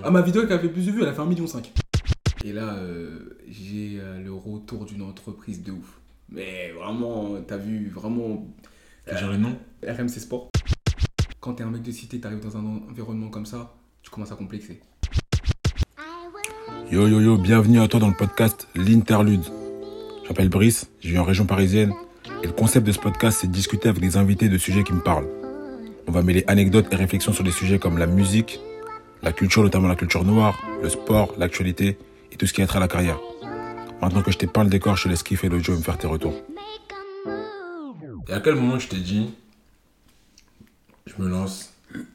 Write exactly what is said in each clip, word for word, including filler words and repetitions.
Ah, ma vidéo qui a fait plus de vues, elle a fait un virgule cinq million. Et là, euh, j'ai euh, le retour d'une entreprise de ouf. Mais vraiment, t'as vu, vraiment... Quel genre le nom ? R M C Sport. Quand t'es un mec de cité, t'arrives dans un environnement comme ça, tu commences à complexer. Yo yo yo, bienvenue à toi dans le podcast L'Interlude. Je m'appelle Brice, je vis en région parisienne. Et le concept de ce podcast, c'est de discuter avec des invités de sujets qui me parlent. On va mêler anecdotes et réflexions sur des sujets comme la musique, la culture, notamment la culture noire, le sport, l'actualité et tout ce qui a trait à la carrière. Maintenant que je t'ai peint le décor, je te laisse kiffer l'audio et me faire tes retours. Et à quel moment je t'ai dit, je me lance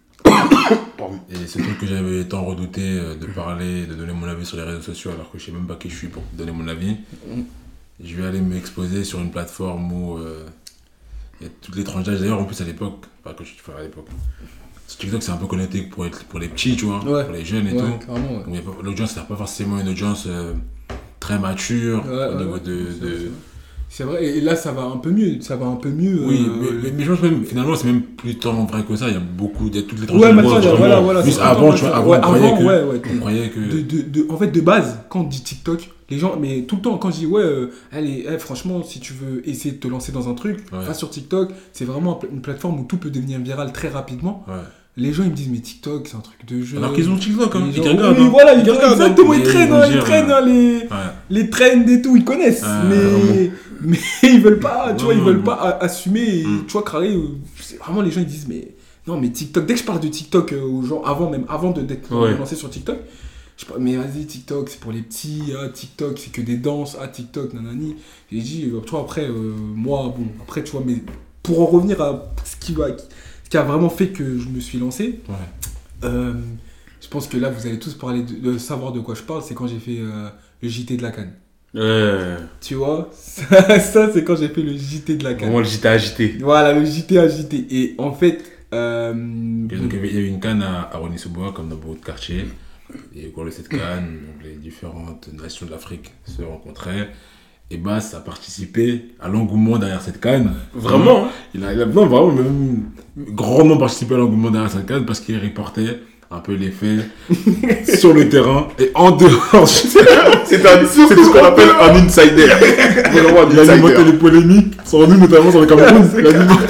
et c'est tout que j'avais tant redouté de parler, de donner mon avis sur les réseaux sociaux alors que je sais même pas qui je suis pour donner mon avis. Je vais aller m'exposer sur une plateforme où euh, il y a toutes les tranches d'âge. D'ailleurs, en plus à l'époque, pas que je te à l'époque, TikTok c'est un peu connecté pour, être, pour les petits, tu vois, ouais. pour les jeunes et ouais, tout. Ouais. Donc pas, l'audience n'est pas forcément une audience euh, très mature ouais, au niveau ouais, de... c'est, de... c'est vrai, et là ça va un peu mieux, ça va un peu mieux. Oui, euh, mais, mais, mais je pense même, finalement c'est même plus tant vrai que ça, il y a beaucoup, il y a toutes les tranches ouais, de maintenant, genre, voilà, voilà, juste avant, tu vois, avant, ouais, on croyait avant, que... ouais, ouais, on croyait que... De, de, de, en fait, de base, quand on dit TikTok, les gens, mais tout le temps, quand je dis, ouais, euh, allez, hey, franchement, si tu veux essayer de te lancer dans un truc, ouais. va sur TikTok, c'est vraiment une plateforme où tout peut devenir viral très rapidement. Ouais. Les gens, ils me disent, mais TikTok, c'est un truc de jeu. Alors qu'ils ont TikTok, hein, gens, ils regardent. Oui, hein. voilà, ils, ils regardent, exactement, ils traînent, hein, ils traînent hein, les, ouais. les trends et tout, ils connaissent, ouais, mais, mais ils veulent pas, tu non, vois, ils non, veulent non. pas assumer, et, mm. tu vois, carré, c'est vraiment, les gens, ils disent, mais, non, mais TikTok, dès que je parle de TikTok euh, aux gens, avant même, avant de, d'être ouais. lancé sur TikTok, je sais pas, mais vas-y, TikTok, c'est pour les petits, ah, TikTok, c'est que des danses, ah, TikTok, nanani. J'ai dit, tu vois, après, euh, moi, bon, après, tu vois, mais pour en revenir à ce qui, va, ce qui a vraiment fait que je me suis lancé, ouais. euh, je pense que là, vous allez tous parler de, de savoir de quoi je parle, c'est quand j'ai fait euh, le J T de la Cannes. Ouais. Tu vois, ça, ça, c'est quand j'ai fait le J T de la Cannes. Vraiment, le J T agité. Voilà, le J T agité. Et en fait... Euh, et donc, il y avait une canne à, à Rony-sous-Bois, comme dans beaucoup de quartiers. Et au cours de cette canne, donc les différentes nations de l'Afrique se rencontraient. Et Bass a participé à l'engouement derrière cette canne. Vraiment, hein. il, a, il a non, vraiment même grandement participé à l'engouement derrière cette canne parce qu'il reportait un peu les faits sur le terrain et en dehors. C'est, c'est, un, c'est ce qu'on appelle un insider. Vraiment, il a alimenté les polémiques sur nous, notamment sur le Cameroun. Il a alimenté...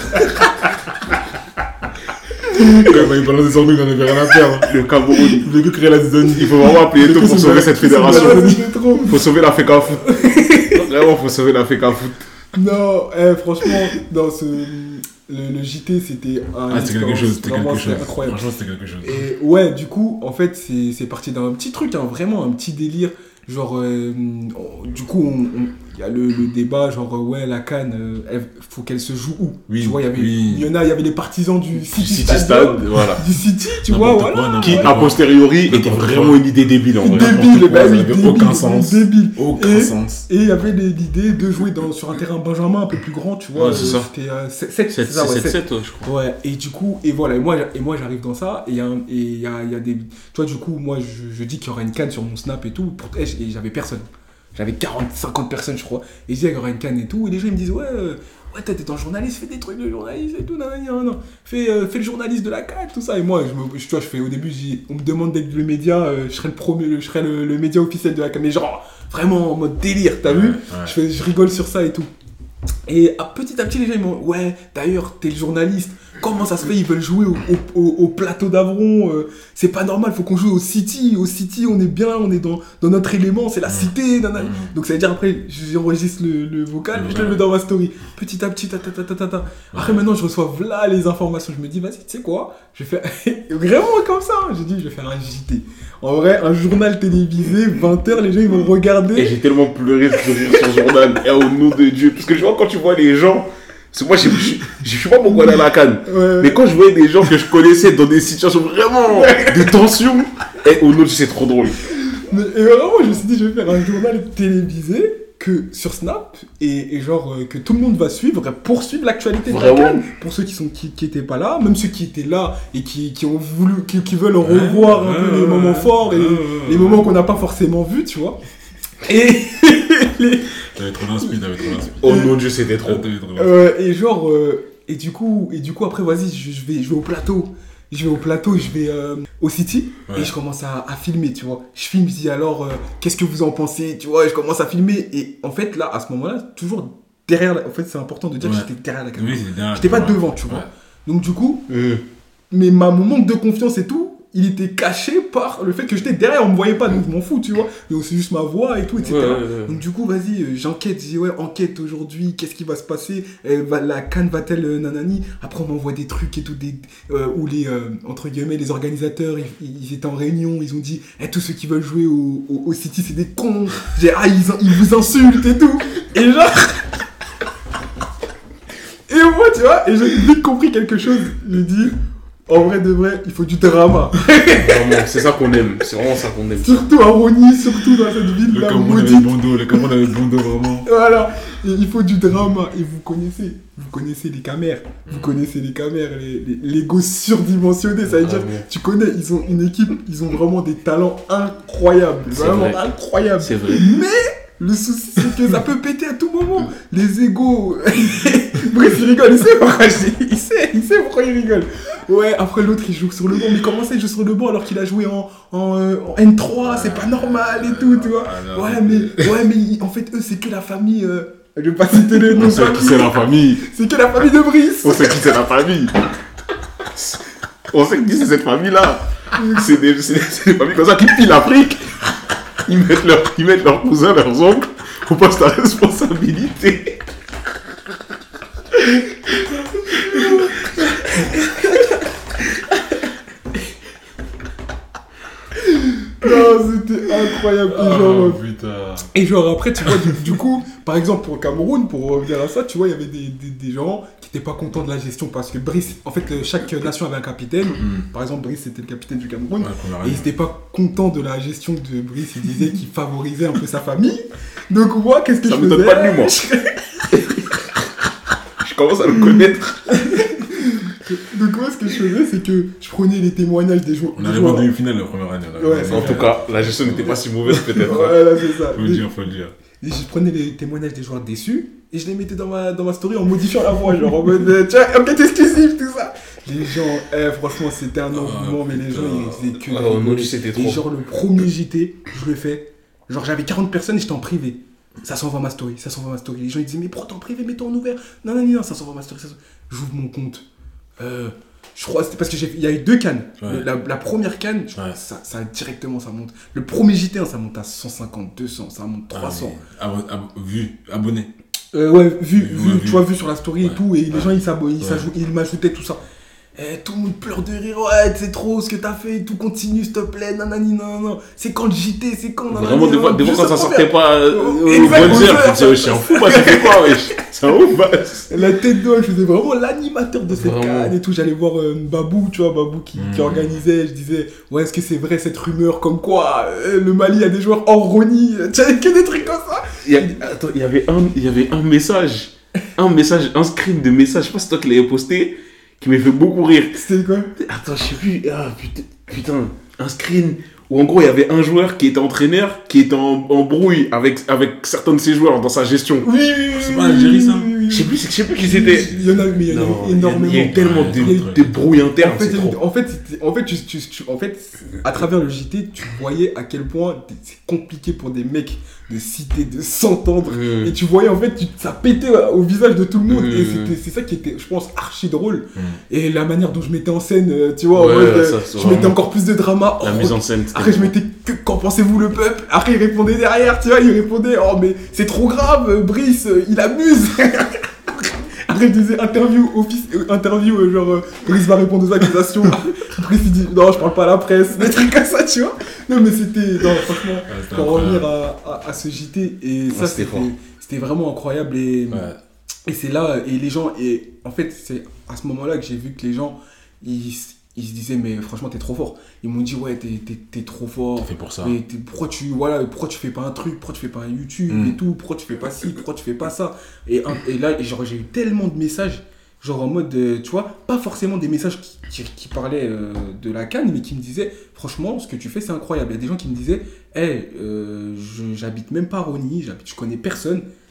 Quand il balançait sur nous, il n'en avait rien à faire. Hein. Le Cameroun, il voulait que créer la zone. Il faut vraiment appuyer tout pour sauver cette fédération. Il faut sauver la FECA Foot. Vraiment, il faut sauver la FECA Foot. Non, eh, franchement, dans ce, le, le J T, c'était un. Ah, c'était quelque chose, c'était vraiment, quelque chose. Incroyable. Franchement, c'était quelque chose. Et ouais, du coup, en fait, c'est, c'est parti d'un petit truc, hein, vraiment un petit délire. Genre, euh, du coup, on, on, y a le, le débat, genre, euh, ouais, la CAN, euh, elle, faut qu'elle se joue où oui, tu vois, il y avait, oui. il y en a, il y avait les partisans du City, City Stade, Stade, voilà. du City, tu n'importe vois, quoi, voilà. Qui, voilà. a posteriori, était vraiment une idée débile, en vrai. Débile, bah, ça oui, n'avait débile, aucun sens. Débile. Aucun et, sens. Et il y avait l'idée de jouer dans, sur un terrain Benjamin un peu plus grand, tu vois. Ouais, c'est ça. C'était euh, sept, sept, sept, je crois. Ouais, et du coup, et voilà, et moi, et moi j'arrive dans ça, et il y, y, a, y a des. Tu vois, du coup, moi, je, je dis qu'il y aura une canne sur mon Snap et tout, pour, et j'avais personne. J'avais quarante, cinquante personnes, je crois. Et je dis, il y aura une canne et tout. Et les gens, ils me disent, ouais, euh, ouais, t'es un journaliste, fais des trucs de journaliste et tout. Non, non, non. Fais, euh, fais le journaliste de la canne, tout ça. Et moi, je me, je, tu vois, je fais, au début, on me demande d'être le média, euh, je serai, le, premier, je serai le, le média officiel de la canne. Mais genre, vraiment en mode délire, t'as ouais, vu ouais. je, fais, je rigole sur ça et tout. Et à, petit à petit, les gens, ils m'ont, ouais, d'ailleurs, t'es le journaliste. Comment ça se fait, ils veulent jouer au, au, au, au plateau d'Avron, euh, c'est pas normal, faut qu'on joue au City, au City on est bien, on est dans, dans notre élément, c'est la cité, nanana. Donc ça veut dire après, j'enregistre le, le vocal, et je le mets dans ma story, petit à petit, ta, ta, ta, ta, ta, ta. Après maintenant je reçois là les informations, je me dis vas-y, tu sais quoi, je vais faire, vraiment comme ça, j'ai dit je vais faire un J T. En vrai, un journal télévisé, vingt heures, les gens ils vont regarder. Et j'ai tellement pleuré de rire sur ce journal, et au nom de Dieu, parce que je vois quand tu vois les gens... Parce que moi, je ne sais pas pourquoi aller à la canne. Ouais. Mais quand je voyais des gens que je connaissais dans des situations vraiment de tension, et au nom de c'est trop drôle. Mais, et vraiment, je me suis dit, je vais faire un journal télévisé que sur Snap, et, et genre euh, que tout le monde va suivre, pour suivre l'actualité vraiment. de la canne. Pour ceux qui sont qui, qui étaient pas là, même ceux qui étaient là et qui, qui ont voulu, qui, qui veulent revoir ouais, un peu ouais, les moments forts et ouais, les moments qu'on n'a pas forcément vus, tu vois. Et les... T'avais trop d'inspi, t'avais trop d'inspi. Oh mon Dieu, c'était trop. Euh, et genre, euh, et du coup, et du coup après, vas-y, je, je vais, je vais au plateau. je vais au plateau, je vais euh, au City Ouais. et je commence à, à filmer, tu vois. Je filme, je dis alors, euh, qu'est-ce que vous en pensez, tu vois, et je commence à filmer. Et en fait, là, à ce moment-là, toujours derrière, la... en fait, c'est important de dire Ouais. que j'étais derrière la caméra. Oui, c'est derrière. J'étais pas Ouais. devant, tu vois. Ouais. Donc du coup, Euh. mais ma, mon manque de confiance et tout, il était caché par le fait que j'étais derrière, on me voyait pas, donc je m'en fous, tu vois. Donc c'est juste ma voix et tout, et cetera. Ouais, ouais, ouais. Donc du coup, vas-y, euh, j'enquête, je dis ouais, enquête aujourd'hui, qu'est-ce qui va se passer. Elle va, la canne va-t-elle euh, nanani. Après, on m'envoie des trucs et tout, des, euh, où les, euh, entre guillemets, les organisateurs, ils, ils étaient en réunion, ils ont dit, eh, tous ceux qui veulent jouer au, au, au City, c'est des cons. J'ai, ah, ils, ils vous insultent et tout. Et genre... et moi, tu vois, et j'ai vite compris quelque chose. J'ai dit... En vrai de vrai, il faut du drama. Vraiment, c'est ça qu'on aime. C'est vraiment ça qu'on aime. Surtout à Rony, surtout dans cette ville Le là Cameroun avec maudite. Bondo, le Cameroun avec Bondo, vraiment. Voilà. Et il faut du drama. Et vous connaissez, vous connaissez les caméras. Vous connaissez les caméras, les, les, les gosses surdimensionnés. Ça veut dire, Vraiment. tu connais, ils ont une équipe, ils ont vraiment des talents incroyables. C'est Vraiment vrai. incroyables. C'est vrai. Mais le souci, c'est que ça peut péter à tout moment. Les égos. Brice, il rigole. Il sait pourquoi je dis. Il sait, il sait pourquoi il rigole. Ouais, après l'autre, il joue sur le banc. Mais comment ça, il joue sur le banc alors qu'il a joué en, en, euh, en N trois? C'est pas normal et tout, tu vois. Ah, non, Ouais, c'est- mais, ouais, mais il- en fait, eux, c'est que la famille. Euh... Je vais pas citer les noms. On sait qui c'est la famille. C'est que la famille de Brice. On sait qui c'est la famille. On sait qui c'est cette famille-là. C'est des, c'est des, c'est des familles comme ça qui pillent l'Afrique. Ils mettent leurs ils mettent leurs cousins, leurs oncles au poste à responsabilité. Non, c'était incroyable. Et genre, Oh euh, putain. et genre après, tu vois, du, du coup, par exemple, pour le Cameroun, pour revenir à ça, tu vois, il y avait des, des, des gens qui n'étaient pas contents de la gestion parce que Brice, en fait, euh, chaque nation avait un capitaine. Mm. Par exemple, Brice, c'était le capitaine du Cameroun. Ouais, première Et année. ils n'étaient pas contents de la gestion de Brice. Ils disaient qu'il favorisait un peu sa famille. Donc, moi, qu'est-ce que Ça je me faisais donne pas de lui, moi. Je commence à le connaître. Donc, moi, ce que je faisais, c'est que je prenais les témoignages des joueurs. On des arrive en joueurs. demi-finale la première année. on Ouais, arrive En tout cas, la gestion n'était pas si mauvaise peut-être. Voilà, c'est ça. Faut le dire, faut le dire. Et je prenais les témoignages des joueurs déçus et je les mettais dans ma, dans ma story en modifiant la voix, genre en mode, euh, tu vois, enquête exclusive, tout ça. Les gens, eh, franchement, c'était un engouement, mais les gens, ils faisaient que. Ah, de rigoler. nous, c'était trop. Et genre, le premier J T, je le fais. Genre, j'avais quarante personnes et j'étais en privé. Ça s'envoie ma story, ça s'envoie ma story. Les gens, ils disaient, mais pourquoi t'es en privé, mets-toi en ouvert. Non, non, non, ça s'envoie ma story. Ça s'envoie- J'ouvre mon compte. Euh. Je crois, c'était parce qu'il y a eu deux cannes. Ouais. Le- La, la première canne, je- Ouais. ça, ça directement, ça monte. Le premier J T, hein, ça monte à cent cinquante, deux cents, ça monte trois cents. Ah, mais, abo- abo- vu, abonné. Euh, ouais, vu, Ouais, vu, vu. tu vois, vu sur la story et Ouais. tout, et les Ouais. gens ils, s'abo- ils, Ouais. s'ajou- ils m'ajoutaient tout ça. Et tout le monde pleure de rire, ouais, c'est trop ce que t'as fait, tout continue, s'il te plaît, nanani, non, non, c'est quand le J T, c'est quand, nanani, Vraiment, des fois, des fois juste quand ça la sortait pas euh, Oh, aux exact, bonnes aux heures, heures. tu te dis, oh, je suis un fou, bah, tu fais quoi, wesh. C'est un ouf, bah. La tête d'eau, je faisais vraiment l'animateur de cette Vraiment. canne et tout. J'allais voir euh, Babou, tu vois, Babou qui, qui Mm. organisait. Je disais, ouais, est-ce que c'est vrai cette rumeur comme quoi euh, le Mali a des joueurs hors Rony. Tu avais que des trucs comme ça. Il y a- Attends, il y avait un, il y avait un message, un message, un screen de message, je sais pas si c'est toi qui l'avais posté, qui m'a fait beaucoup rire. C'était quoi? Attends, je sais plus, ah putain, putain, un screen où en gros il y avait un joueur qui était entraîneur, qui était en, en brouille avec, avec certains de ses joueurs dans sa gestion. Oui, oui, oui. C'est oui, pas oui, Algérie, oui, ça oui, oui, Je sais oui. plus, je sais plus qui c'était. Il y en a, mais il y en a Non, eu il y a- énormément. Il y a eu tellement Ouais, de, il y a de brouilles internes, En fait, c'est trop. en fait, c'était- en fait, tu, tu- tu- en fait, à travers le J T, tu voyais à quel point c'est compliqué pour des mecs de citer, de s'entendre. Mm. Et tu voyais, en fait, tu- ça pétait au visage de tout le monde. Mm. Et c'était- c'est ça qui était, je pense, archi drôle. Mm. Et la manière dont je mettais en scène, euh, tu vois, en Ouais, mode, euh, ça, c'est je vraiment- mettais encore plus de drama. La Oh, mise en scène. c'était Après, je trop. mettais que qu'en pensez-vous le peuple? Après, il répondait derrière, tu vois, il répondait, oh, mais c'est trop grave, euh, Brice, euh, il abuse. Après, je disais interview, office, euh, interview, euh, genre, euh, Brice va répondre aux accusations. Brice, il dit, non, je parle pas à la presse, des trucs comme ça, tu vois. Non, mais c'était, non, franchement, Ouais, c'était pour revenir incroyable. à, à, à ce J T, et ça, Ouais, c'était c'était fort. c'était vraiment incroyable. Et, Ouais. et c'est là, et les gens, et en fait, c'est à ce moment-là que j'ai vu que les gens, ils, ils se disaient, mais franchement, t'es trop fort. Ils m'ont dit, ouais, t'es, t'es, t'es trop fort. Fait pour ça. Mais t'es- pourquoi tu, voilà, pourquoi tu fais pas un truc, pourquoi tu fais pas un YouTube Mm. et tout, pourquoi tu fais pas ci, pourquoi tu fais pas ça. Et, un- et là, et genre, j'ai eu tellement de messages, genre en mode, euh, tu vois, pas forcément des messages qui, qui, qui parlaient euh, de la canne, mais qui me disaient, franchement, ce que tu fais, c'est incroyable. Il y a des gens qui me disaient, hey, euh, je- j'habite même pas à Rony, j'habite, je connais personne.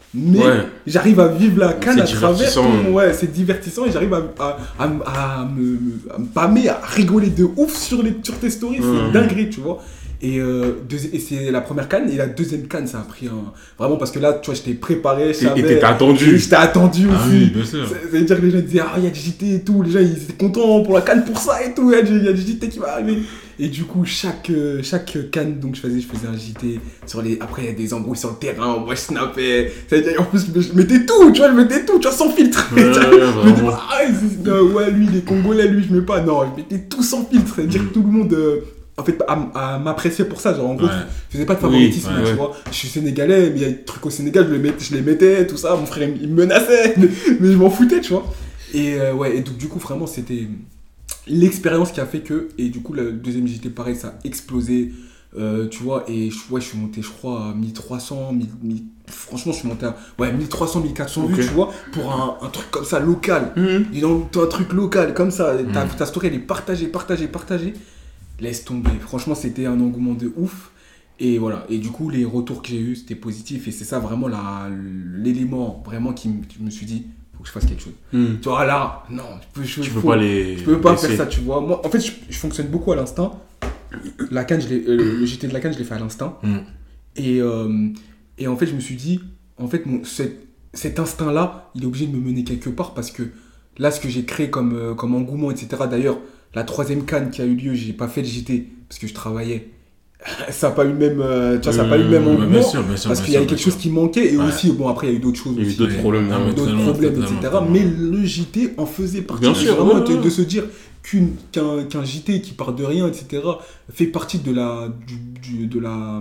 mais Ouais. j'arrive à vivre la canne C'est à travers divertissant. ton... Ouais, c'est divertissant et j'arrive à, à, à, à me, à me pâmer, à rigoler de ouf sur, les, sur tes stories, Mhm. c'est dinguerie, tu vois. Et, euh, deuxi- et c'est la première canne, et la deuxième canne, ça a pris un... Vraiment, parce que là, tu vois, j'étais préparé, je Et savais... et t'étais attendu. J'étais attendu Ah aussi. oui, bien sûr. Ça ça veut dire que les gens disaient, ah, il y a du J T et tout, les gens ils étaient contents pour la canne pour ça et tout, il y a du, il y a du J T qui va arriver. Et du coup, chaque, euh, chaque canne, donc je faisais, je faisais un J T sur les. Après, il y a des embrouilles sur le terrain, moi je snappais. Ça veut dire, en plus, je mettais tout, tu vois, je mettais tout, tu vois, sans filtre. Ouais, ouais, Je mettais vraiment. pas, ah, c'est- non, ouais, lui, il est congolais, lui, je mets pas. Non, je mettais tout sans filtre. Ça veut dire que tout le monde. euh, en fait, à, à m'apprécier pour ça, genre en gros, Ouais. je faisais pas de favoritisme, Oui, ouais, tu ouais. vois. Je suis sénégalais, mais il y a des trucs au Sénégal, je les mettais, je les mettais, tout ça. Mon frère, il me menaçait, mais, mais je m'en foutais, tu vois. Et euh, ouais, et donc du coup, vraiment, c'était l'expérience qui a fait que, et du coup, le deuxième J T, pareil, ça a explosé, euh, tu vois. Et je, ouais, je suis monté, je crois, à mille trois cents, mille, mille franchement, je suis monté à ouais, mille trois cents, mille quatre cents Ok. vues, tu vois, pour un, un truc comme ça, local. Mhm. Dis donc, t'as un truc local comme ça, ta, Mm. ta story elle est partagée, partagée, partagée. Laisse tomber. Franchement, c'était un engouement de ouf. Et voilà. Et du coup, les retours que j'ai eus, c'était positif. Et c'est ça vraiment la, l'élément vraiment qui me, je me suis dit, faut que je fasse quelque chose. Mhm. Tu vois, là, non, je peux, je, Tu faut- peux pas les. je peux pas laisser. faire ça, tu vois. Moi, en fait, je, je fonctionne beaucoup à l'instinct. La canne, je l'ai- euh, le J T de la canne, je l'ai fait à l'instinct. Mm. Et, euh, et en fait, je me suis dit, en fait, mon, cet, cet instinct-là, il est obligé de me mener quelque part parce que là, ce que j'ai créé comme, euh, comme engouement, et cetera. D'ailleurs, la troisième canne qui a eu lieu, j'ai pas fait le J T parce que je travaillais. Ça n'a pas eu le même, euh, tu vois, ça n'a pas eu le même Euh, engouement Bien sûr, bien sûr. parce bien qu'il y avait sûr, quelque bien chose qui manquait et Ouais. aussi, bon, après, il y a eu d'autres choses Il y a eu aussi. d'autres sûr. problèmes. Ah, mais D'autres totalement, problèmes, totalement, et cetera. totalement. Mais le J T en faisait partie. Bien sûr, Vraiment, ouais, de, ouais. de se dire qu'une, qu'un, qu'un J T qui part de rien, et cetera, fait partie de la, du, du- de la,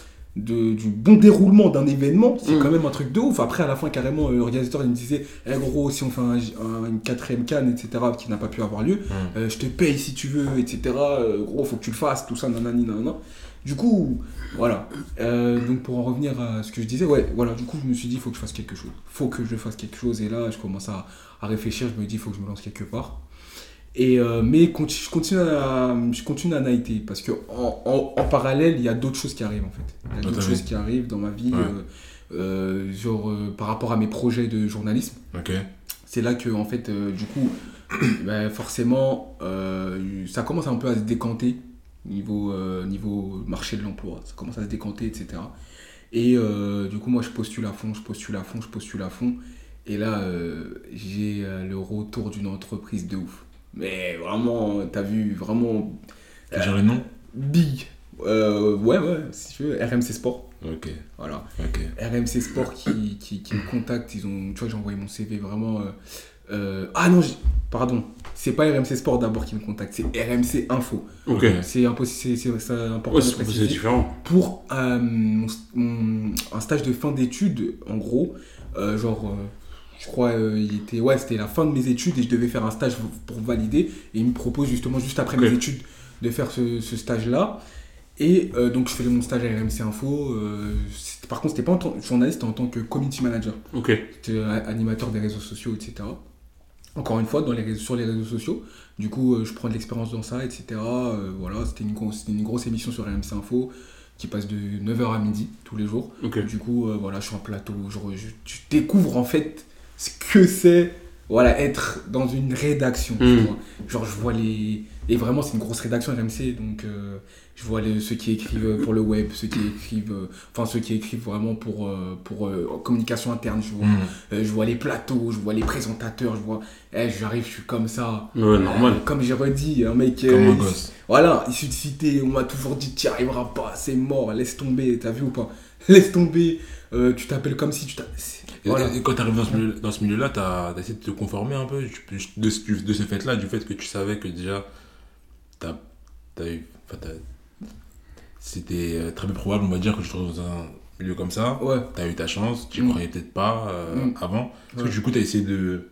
de- du bon déroulement d'un événement, c'est Mm. quand même un truc de ouf. Après, à la fin, carrément, euh, le réalisateur il me disait eh, gros, si on fait un, un- une quatrième canne, et cetera, qui n'a pas pu avoir lieu, Mm. euh, je te paye si tu veux, et cetera. Euh, gros, faut que tu le fasses, tout ça, nanani, nanana. Du coup, voilà. Euh, donc, pour en revenir à ce que je disais, ouais, voilà, du coup, je me suis dit, il faut que je fasse quelque chose. faut que je fasse quelque chose. Et là, je commence à, à réfléchir, je me dis, il faut que je me lance quelque part. Et, euh, mais conti- je continue à, je continue à naïter parce que en, en, en parallèle, il y a d'autres choses qui arrivent en fait. Il y a d'autres Totalement. choses qui arrivent dans ma vie, Ouais. euh, euh, genre euh, par rapport à mes projets de journalisme. Ok. C'est là que en fait, euh, du coup, ben, forcément, euh, ça commence un peu à se décanter niveau euh, niveau marché de l'emploi. Ça commence à se décanter, et cetera. Et euh, du coup, moi, je postule à fond, je postule à fond, je postule à fond. Et là, euh, j'ai euh, le retour d'une entreprise de ouf. Mais vraiment, t'as vu, vraiment Tu veux dire le nom big. Euh, ouais, ouais, si tu veux, R M C Sport. Ok. Voilà. Ok. R M C Sport qui, qui, qui me contacte. Ils ont, tu vois, j'ai envoyé mon C V vraiment. euh, euh, ah non, j'ai- pardon. C'est pas R M C Sport d'abord qui me contacte, c'est R M C Info. Ok. C'est impossible, c'est, c'est, c'est important Ouais, de c'est c'est préciser. différent. Pour euh, mon- mon- un stage de fin d'études, en gros, euh, genre, euh, je crois, euh, il était, ouais, c'était la fin de mes études et je devais faire un stage pour valider. Et il me propose justement, juste après Ok. mes études, de faire ce, ce stage-là. Et euh, donc, je faisais mon stage à R M C Info. euh, c'était- par contre, c'était pas en tant que journaliste, c'était en tant que community manager. Ok. J'étais euh, animateur des réseaux sociaux, et cetera. Encore une fois, dans les réseaux, sur les réseaux sociaux. Du coup, euh, je prends de l'expérience dans ça, et cetera. Euh, voilà, c'était une, grosse- c'était une grosse émission sur R M C Info qui passe de neuf heures à midi tous les jours. Ok. Du coup, euh, voilà, je suis en plateau. Je, re- je, je découvre en fait ce que c'est voilà, être dans une rédaction. tu Mm. vois. Genre, je vois les. Et vraiment, c'est une grosse rédaction R M C. Donc, euh, je vois les, ceux qui écrivent pour le web, ceux qui écrivent. euh, Enfin, ceux qui écrivent vraiment pour, euh, pour euh, communication interne. Je vois, Mm. Euh, je vois les plateaux, je vois les présentateurs. Je vois. Eh, j'arrive, je suis comme ça. Ouais, normal. Euh, Comme j'ai redit, un mec. Comme euh, un il- gosse. Voilà, issu de cité, on m'a toujours dit tu n'y arriveras pas, c'est mort, laisse tomber, t'as vu ou pas? Laisse tomber, euh, tu t'appelles comme si tu t'as. Et- Voilà. Et quand tu arrives dans ce milieu- dans ce milieu-là, tu as essayé de te conformer un peu tu- de, ce- de ce fait-là, du fait que tu savais que déjà, t'as, t'as eu, enfin, t'as- c'était euh, très peu probable, on va dire, que tu te retrouves dans un milieu comme ça. Ouais, Tu as eu ta chance, tu Mm. croyais peut-être pas euh, Mm. avant. Parce Ouais. que du coup, tu as essayé de,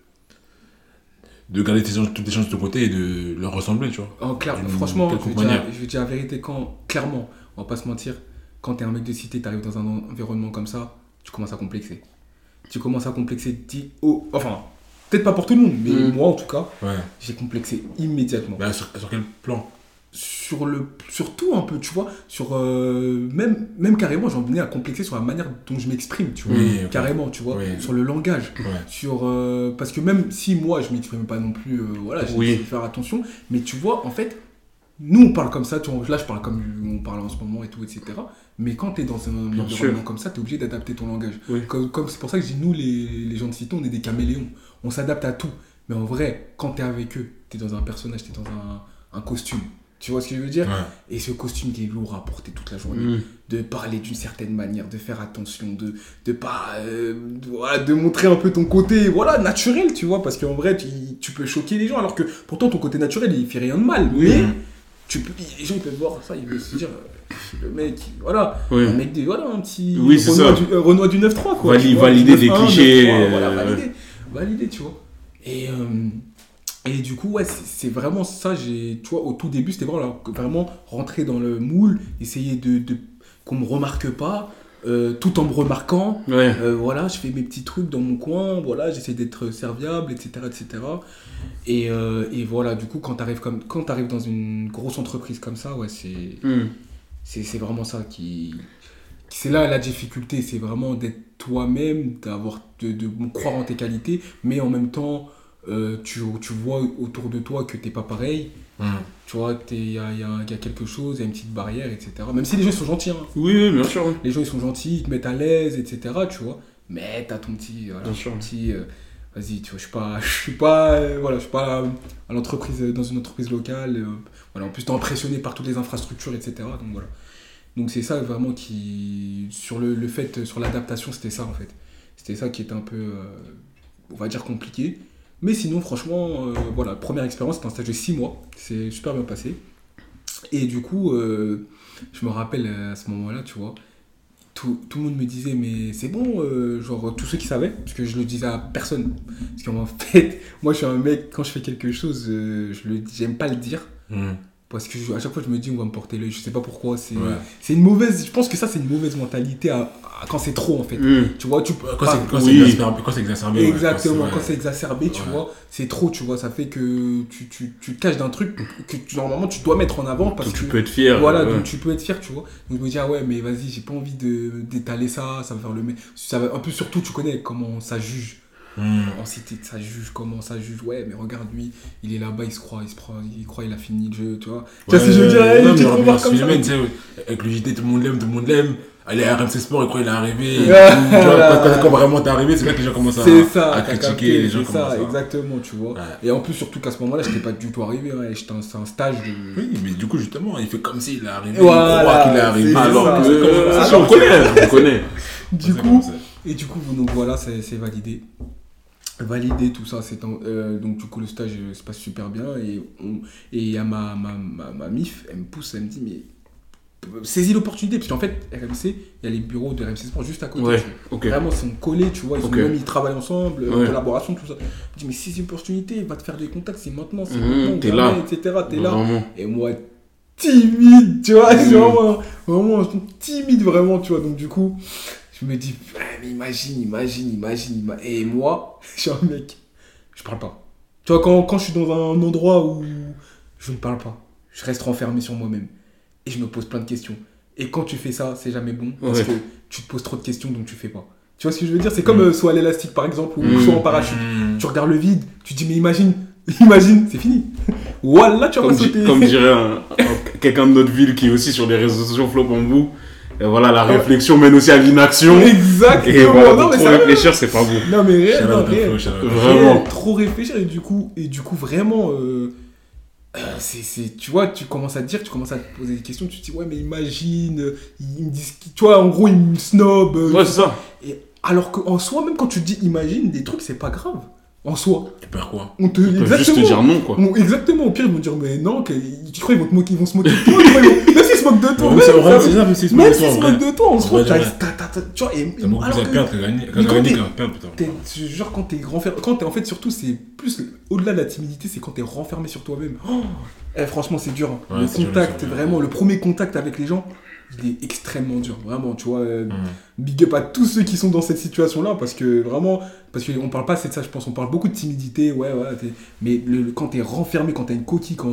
de garder tes, chances- toutes tes chances de ton côté et de leur ressembler, tu vois. en clair, D'une franchement, je vais, quelconque dire, manière. je vais dire la vérité, quand, clairement, on va pas se mentir, quand t'es un mec de cité, t'arrives dans un en- environnement comme ça, tu commences à complexer. Tu commences à complexer, tu dis, oh, enfin, peut-être pas pour tout le monde, mais Mm. moi en tout cas, Ouais. j'ai complexé immédiatement. Bah, sur, sur quel plan sur, le, sur tout un peu, tu vois. Sur, euh, même, même carrément, j'en venais à complexer sur la manière dont je m'exprime, tu vois. Oui, okay. Carrément, tu vois. Oui. Sur le langage. Ouais. Sur, euh, parce que même si moi, je m'exprime pas non plus, euh, voilà, j'ai oui. essayé de faire attention. Mais tu vois, en fait, nous, on parle comme ça. Tu vois, là, je parle comme on parle en ce moment et tout, et cetera. Mais quand tu es dans un Bien environnement sûr. Comme ça, tu es obligé d'adapter ton langage. Oui. Comme, comme, c'est pour ça que je dis, nous, les, les gens de Cité, on est des caméléons. On s'adapte à tout. Mais en vrai, quand tu es avec eux, tu es dans un personnage, tu es dans un, un costume. Tu vois ce que je veux dire? Ouais. Et ce costume qui est lourd à porter toute la journée. Mmh. De parler d'une certaine manière, de faire attention, de, de pas... Euh, de, voilà, de montrer un peu ton côté, voilà, naturel, tu vois. Parce qu'en vrai, tu, tu peux choquer les gens. Alors que pourtant, ton côté naturel, il fait rien de mal. Oui. Mais tu peux, les gens, ils peuvent voir ça, ils peuvent se dire... Le mec, voilà, oui. un mec, de, voilà, un petit oui, Renoir, du, euh, Renoir du neuf trois, quoi. Vali, valider des clichés. neuf trois, voilà, valider, valider, tu vois. Et, euh, et du coup, ouais, c'est, c'est vraiment ça, j'ai, tu vois, au tout début, c'était vraiment, vraiment rentrer dans le moule, essayer de, de qu'on me remarque pas, euh, tout en me remarquant. Ouais. Euh, voilà, je fais mes petits trucs dans mon coin, voilà, j'essaie d'être serviable, et cetera, et cetera. Et, euh, et voilà, du coup, quand t'arrives comme, quand t'arrives dans une grosse entreprise comme ça, ouais, c'est... Mm. C'est, c'est vraiment ça qui... C'est là la difficulté, c'est vraiment d'être toi-même, d'avoir, de, de, de croire en tes qualités, mais en même temps, euh, tu, tu vois autour de toi que t'es pas pareil. Mmh. Tu vois, il y a, y, a, y a quelque chose, il y a une petite barrière, et cetera. Même si les gens ils sont gentils. Hein. Oui, oui, bien sûr. Les gens ils sont gentils, ils te mettent à l'aise, et cetera. Tu vois, mais t'as ton petit... Voilà, bien sûr. Petit, euh, vas-y, tu vois, je suis pas... Je suis pas... Euh, voilà, je suis pas à, à l'entreprise, dans une entreprise locale. Euh, voilà, en plus, t'es impressionné par toutes les infrastructures, et cetera. Donc voilà. Donc c'est ça vraiment qui... Sur le, le fait, sur l'adaptation, c'était ça en fait. C'était ça qui était un peu, euh, on va dire, compliqué. Mais sinon, franchement, euh, voilà, première expérience, c'était un stage de six mois. C'est super bien passé. Et du coup, euh, je me rappelle à ce moment-là, tu vois, tout, tout le monde me disait, mais c'est bon, euh, genre, tous ceux qui savaient, parce que je le disais à personne. Parce qu'en fait, moi, je suis un mec, quand je fais quelque chose, euh, je le, j'aime pas le dire. Mmh. Parce que je, à chaque fois, je me dis, on va me porter l'œil. Je sais pas pourquoi. C'est, ouais. c'est une mauvaise... Je pense que ça, c'est une mauvaise mentalité à, à, quand c'est trop, en fait. Mmh. Tu vois, tu peux... Quand, pas, c'est, quand, oui. c'est exacerbé, quand c'est exacerbé. Exactement. Ouais, quand, c'est, quand c'est exacerbé, tu ouais. vois, c'est trop, tu vois. Ça fait que tu, tu, tu te caches d'un truc que tu, normalement, tu dois mettre en avant. Parce donc que tu peux être fier. Voilà, ouais. donc tu peux être fier, tu vois. Donc je me dis, ah ouais, mais vas-y, j'ai pas envie de, d'étaler ça. Ça va faire le... Ça va, un peu, surtout, tu connais comment ça juge. Mmh. En cité, ça juge, comment ça juge, ouais, mais regarde lui, il est là-bas, il se croit, il se croit, il croit, il a fini le jeu, tu vois. Ouais, tu vois ce que je veux dire, hey, tu te remarques comme ça. Tu sais, avec le J T, tout le monde l'aime, tout le monde l'aime. Allez, R M C Sport, il croit qu'il est arrivé. Tu vois, quand, quand vraiment t'es arrivé, c'est là que les gens commencent à, c'est ça, à critiquer. Capté, les gens c'est ça, à... exactement, tu vois. Ouais. Et en plus, surtout qu'à ce moment-là, j'étais pas du tout arrivé, ouais, j'étais un, c'est un stage de... Oui, mais du coup, justement, il fait comme s'il est arrivé, voilà, il croit qu'il est arrivé. Alors que, on connaît, on connaît. Du coup, et du coup, donc voilà, c'est, c'est validé. Validé tout ça, c'est en, euh, donc du coup le stage euh, se passe super bien et on, et il y a ma, ma, ma, ma mif, elle me pousse, elle me dit mais saisis l'opportunité parce qu'en fait R M C, il y a les bureaux de R M C Sport juste à côté. Ouais, okay. Vraiment ils sont collés, tu vois, ils, okay. sont même, ils travaillent ensemble, ouais. en collaboration, tout ça. Je me dis mais saisis l'opportunité, va te faire des contacts, c'est maintenant, c'est mmh, maintenant, t'es là, et cetera. T'es vraiment. là. Et moi timide, tu vois, mmh. vraiment, vraiment timide vraiment, tu vois, donc du coup. Je me dis, mais imagine, imagine, imagine, imagine. Et moi, je suis un mec, je parle pas. Tu vois, quand, quand je suis dans un endroit où je ne parle pas, je reste renfermé sur moi-même. Et je me pose plein de questions. Et quand tu fais ça, c'est jamais bon. Parce ouais. que tu te poses trop de questions, donc tu fais pas. Tu vois ce que je veux dire? C'est comme mmh. euh, soit à l'élastique, par exemple, ou mmh. soit en parachute. Mmh. Tu regardes le vide, tu te dis, mais imagine, imagine, c'est fini. Voilà, tu vas pas sauter. Comme dirait un, un, quelqu'un de notre ville qui est aussi sur les réseaux sociaux, Flo Bambou. Et voilà, la réflexion mène aussi à l'inaction. Exactement. Et voilà, non, mais trop réfléchir, c'est pas bon. Non, mais réel, non, réel. Vraiment. Réel, trop réfléchir et du coup, et du coup vraiment, euh, euh, c'est, c'est, tu vois, tu commences à te dire, tu commences à te poser des questions, tu te dis, ouais, mais imagine, ils me disent, tu vois, en gros, ils me snobent. Euh, ouais, c'est ça. Et alors qu'en soi, même quand tu te dis imagine, des trucs, c'est pas grave. En soi. Tu perds quoi? On te, ils peuvent juste te dire non, quoi. On, exactement. Au pire, ils vont dire, mais non, que, tu crois qu'ils vont, te moquer, ils vont se moquer de toi. Même s'ils se moquent de toi. Même s'ils se moquent de toi. Même s'ils se moquent de toi, en soi, t'as, t'as, t'as, tu vois, et. C'est beaucoup plus à perdre que gagner. Quand gagner qu'à perdre, putain. Genre, quand t'es renfermé. Quand t'es, en fait, surtout, c'est plus. Au-delà de la timidité, c'est quand t'es renfermé sur toi-même. Oh, eh, franchement, c'est dur. Hein. Ouais, le contact, dur, vraiment, le premier contact avec les gens. Il est extrêmement dur, vraiment, tu vois. Euh, mmh. Big up à tous ceux qui sont dans cette situation-là, parce que vraiment, parce qu'on parle pas assez de ça, je pense, on parle beaucoup de timidité, ouais, ouais, t'es, mais le, quand t'es renfermé, quand t'as une coquille, quand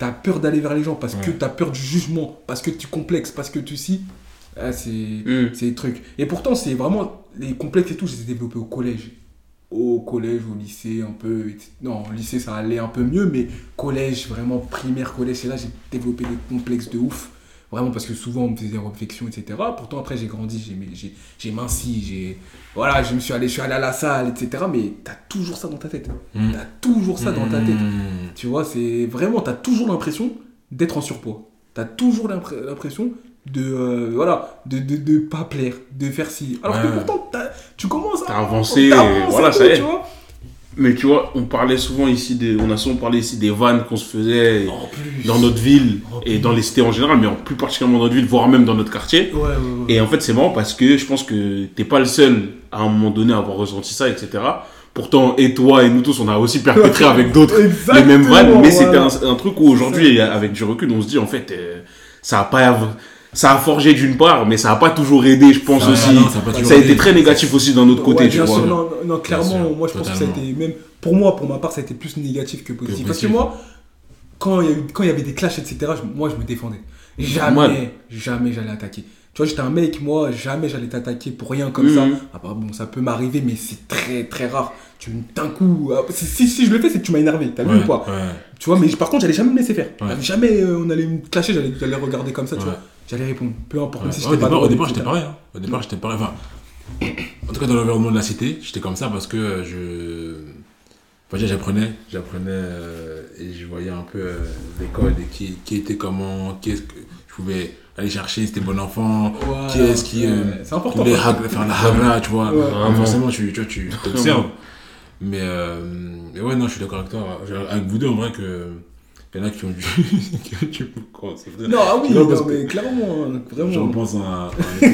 t'as peur d'aller vers les gens, parce Ouais. que t'as peur du jugement, parce que tu complexes, parce que tu si. Ah, c'est Mm. c'est des trucs. Et pourtant, c'est vraiment les complexes et tout, je les ai développés au collège. Au collège, au lycée, un peu. Non, au lycée, ça allait un peu mieux, mais collège, vraiment primaire, collège, c'est là j'ai développé des complexes de ouf. Vraiment, parce que souvent, on me faisait des réflexions, et cetera. Pourtant, après, j'ai grandi, j'ai, j'ai, j'ai minci, j'ai. Voilà, je me suis allé, je suis allé à la salle, et cetera. Mais t'as toujours ça dans ta tête. Mm. T'as toujours ça dans ta tête. Mm. Tu vois, c'est vraiment, t'as toujours l'impression d'être en surpoids. T'as toujours l'impr- l'impression de, euh, voilà, de, de, de pas plaire, de faire ci. Alors que Ouais. pourtant, t'as- tu commences à... T'as avancé, t'as avancé voilà, et tout, ça y est. tu vois. Mais tu vois, on parlait souvent ici des, on a souvent parlé ici des vannes qu'on se faisait En plus. dans notre ville En et plus. dans les cités en général, mais en plus particulièrement dans notre ville, voire même dans notre quartier. Ouais, ouais, ouais. Et en fait, c'est marrant parce que je pense que t'es pas le seul à un moment donné à avoir ressenti ça, et cetera. Pourtant, et toi et nous tous, on a aussi perpétré avec d'autres les Exactement, mêmes vannes, mais voilà. c'était un, un truc où aujourd'hui, avec du recul, on se dit en fait, euh, ça a pas, ça a forgé d'une part, mais ça a pas toujours aidé, je pense Ça- aussi. non, ça a pas Ça toujours a aidé. été très négatif aussi d'un autre côté, Ouais, tu bien vois. sûr, non, non, clairement, sûr, moi je pense que ça a totalement. été même pour moi, pour ma part, ça a été plus négatif que positif. Que Parce que positif. moi, quand il y, a eu- quand il y avait des clashs, et cetera, je- moi je me défendais. Jamais, Normal. jamais j'allais attaquer. Tu vois, j'étais un mec, moi, jamais j'allais t'attaquer pour rien comme ça. Mhm. Ah bah bon, ça peut m'arriver, mais c'est très très rare. Tu d'un coup, ah, si, si, si je le fais, c'est que tu m'as énervé, t'as vu Ouais, ou pas? ouais. Tu vois, mais par contre, j'allais jamais me laisser faire. Ouais. Jamais euh, on allait me clasher, j'allais, j'allais regarder comme ça, tu Ouais. vois. J'allais répondre, peu importe, même si Ouais, j'étais au pas départ, drôle, au départ, et j'étais cetera. pareil. Hein. Au départ, j'étais pareil. Enfin, en tout cas, dans l'environnement de la cité, j'étais comme ça parce que je. Enfin, déjà, j'apprenais, j'apprenais euh, et je voyais un peu euh, l'école et qui, qui était comment, qui est-ce que je pouvais aller chercher, si c'était bon enfant, Ouais, qui est-ce qui, ouais, euh, c'est qui important. voulait hag- faire la hagra, tu vois. Ouais. Donc, forcément, tu, tu vois, tu t'observes. Mais, euh, mais ouais, non, je suis d'accord avec toi. Avec vous deux, en vrai, que. Il y en a qui ont dû. qui ont dû comment ça veut dire. Non, ah oui, Non, non, parce que- mais clairement, hein, Je vraiment. repense à.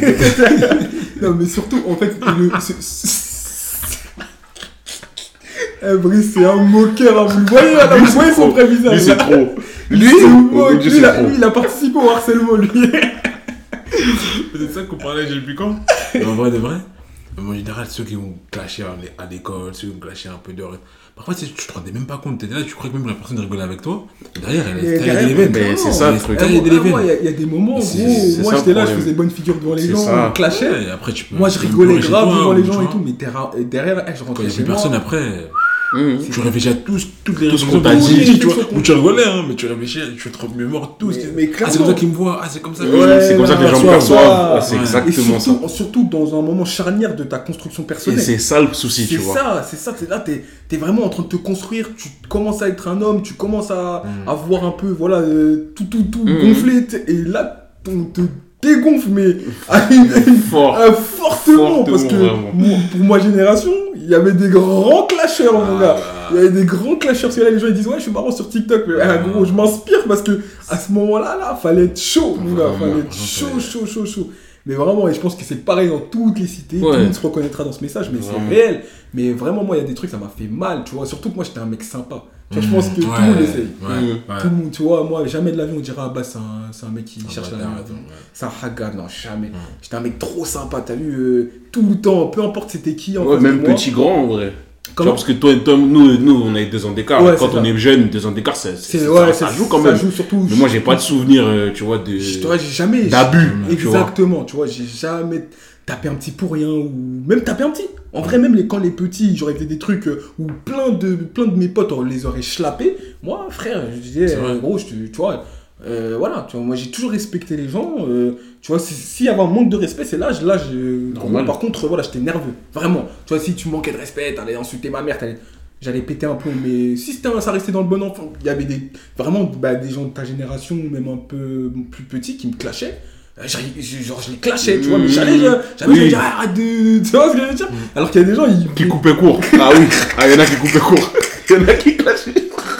à- Non, mais surtout, en fait, le. ce- ce- Eh, Brice, c'est un moqueur, hein, vous le voyez, là, vous voyez son vrai visage. Lui, c'est là. trop. Lui, c'est- c'est moque. aujourd'hui, Lui, c'est il a- trop. lui, il a participé au harcèlement, lui. C'est de ça qu'on parlait, j'ai plus quand. Mais en vrai de vrai, en général, ceux qui vont clasher à l'école, ceux qui vont clasher un peu dehors. Parfois, tu tu te rendais même pas compte. T'étais là, tu crois que même la personne rigolait avec toi. Derrière, elle Mais est derrière, taillée des veines. mais c'est ça, le truc. Ah, Taillée moi, des ah, moi, veines. il y a- il y, a des moments, gros, C'est- c'est moi ça, j'étais le là, je problème. faisais bonne figure devant les C'est gens, ça. on clashait. Ouais, et après, tu peux. Moi, je tu peux rigolais pleurer chez grave toi, devant les tu gens vois. et tout, mais derrière, et derrière eh, je Quand rentrais il y a chez plus moi. personne après, Mmh. tu réfléchis à tous, toutes les Tout ce réflexions qu'on t'a que dit. tu dis, tu vois. Réflexions Ou tu rigolais, hein, mais tu réfléchis, tu te remémores tout. Mais- ce qui- mais Ah, c'est comme clairement. ça qu'ils me voient, ah, c'est comme ça que Ouais, c'est comme ça que les gens me perçoivent. perçoivent. Ouais, c'est Ouais. Et exactement ça. surtout, surtout dans un moment charnière de ta construction Et personnelle. c'est ça le souci, C'est tu vois. ça, c'est ça, c'est là, t'es es vraiment en train de te construire, tu commences à être un homme, tu commences à, à voir un peu, voilà, euh, tout, tout, tout Mm. gonflé, t- et là, on te dégonfle, mais à une- à une- Fort. à fortement, Fortement, parce que vraiment. moi, pour ma génération, il y avait des grands clasheurs, mon gars. Il y avait des grands clasheurs, parce que là, les gens ils disent, ouais, je suis marrant sur TikTok, mais ah, gros, je m'inspire, parce que à ce moment-là, là, fallait être chaud, mon gars, Vraiment, fallait être vraiment, chaud, chaud, chaud, chaud. Mais vraiment, et je pense que c'est pareil dans toutes les cités, tout Ouais. le monde se reconnaîtra dans ce message, mais Vraiment. c'est réel. Mais vraiment, moi, il y a des trucs, ça m'a fait mal, tu vois. Surtout que moi, j'étais un mec sympa. Tu vois, je pense que tout le monde essaye. Ouais, Mm. ouais. Tout le monde, tu vois, moi, jamais de la vie, on dira, ah bah, c'est un, c'est un mec qui Ah, cherche bah, la t'as merde. raison, ouais. C'est un hagar, non, jamais. J'étais un mec trop sympa, t'as vu, euh, tout le temps, peu importe c'était qui. En Ouais, face de même moi. petit grand en vrai. Tu Comment vois, parce que toi, toi, nous, nous, on a deux ans d'écart. Ouais, Quand c'est on ça. est jeune, deux ans d'écart, ça, C'est- c'est- ouais, ça, ça c'est- joue quand ça même. joue surtout. Mais moi, j'ai pas de souvenir, euh, tu vois, de Je- ouais, j'ai jamais. d'abus. tu vois. Exactement, tu vois, j'ai jamais tapé un petit pour rien ou même tapé un petit. En vrai, même les, quand les petits, j'aurais fait des trucs euh, où plein de, plein de mes potes on les aurait schlappés. Moi, frère, je disais, C'est vrai. euh, gros, je te- tu vois, euh, voilà, tu vois, moi j'ai toujours respecté les gens. euh, tu vois, si- s'il y avait un manque de respect, c'est là, je- là, je, Normal. par contre, voilà, j'étais nerveux, vraiment. Tu vois, si tu manquais de respect, t'allais insulter ma mère, t'allais. J'allais péter un plomb, mais si c'était un- ça restait dans le bon enfant, il y avait des, vraiment bah, des gens de ta génération, même un peu plus petits, qui me clashaient. Euh, j'arrive- je- Genre, je les clashais, tu vois, mais j'allais, je- j'allais, je Oui. dire, arrête de. Tu vois ce que je veux dire? Alors qu'il y a des gens, ils. Qui coupait court. Ah oui, ah, il y en a qui coupaient court. Il y en a qui clashaient.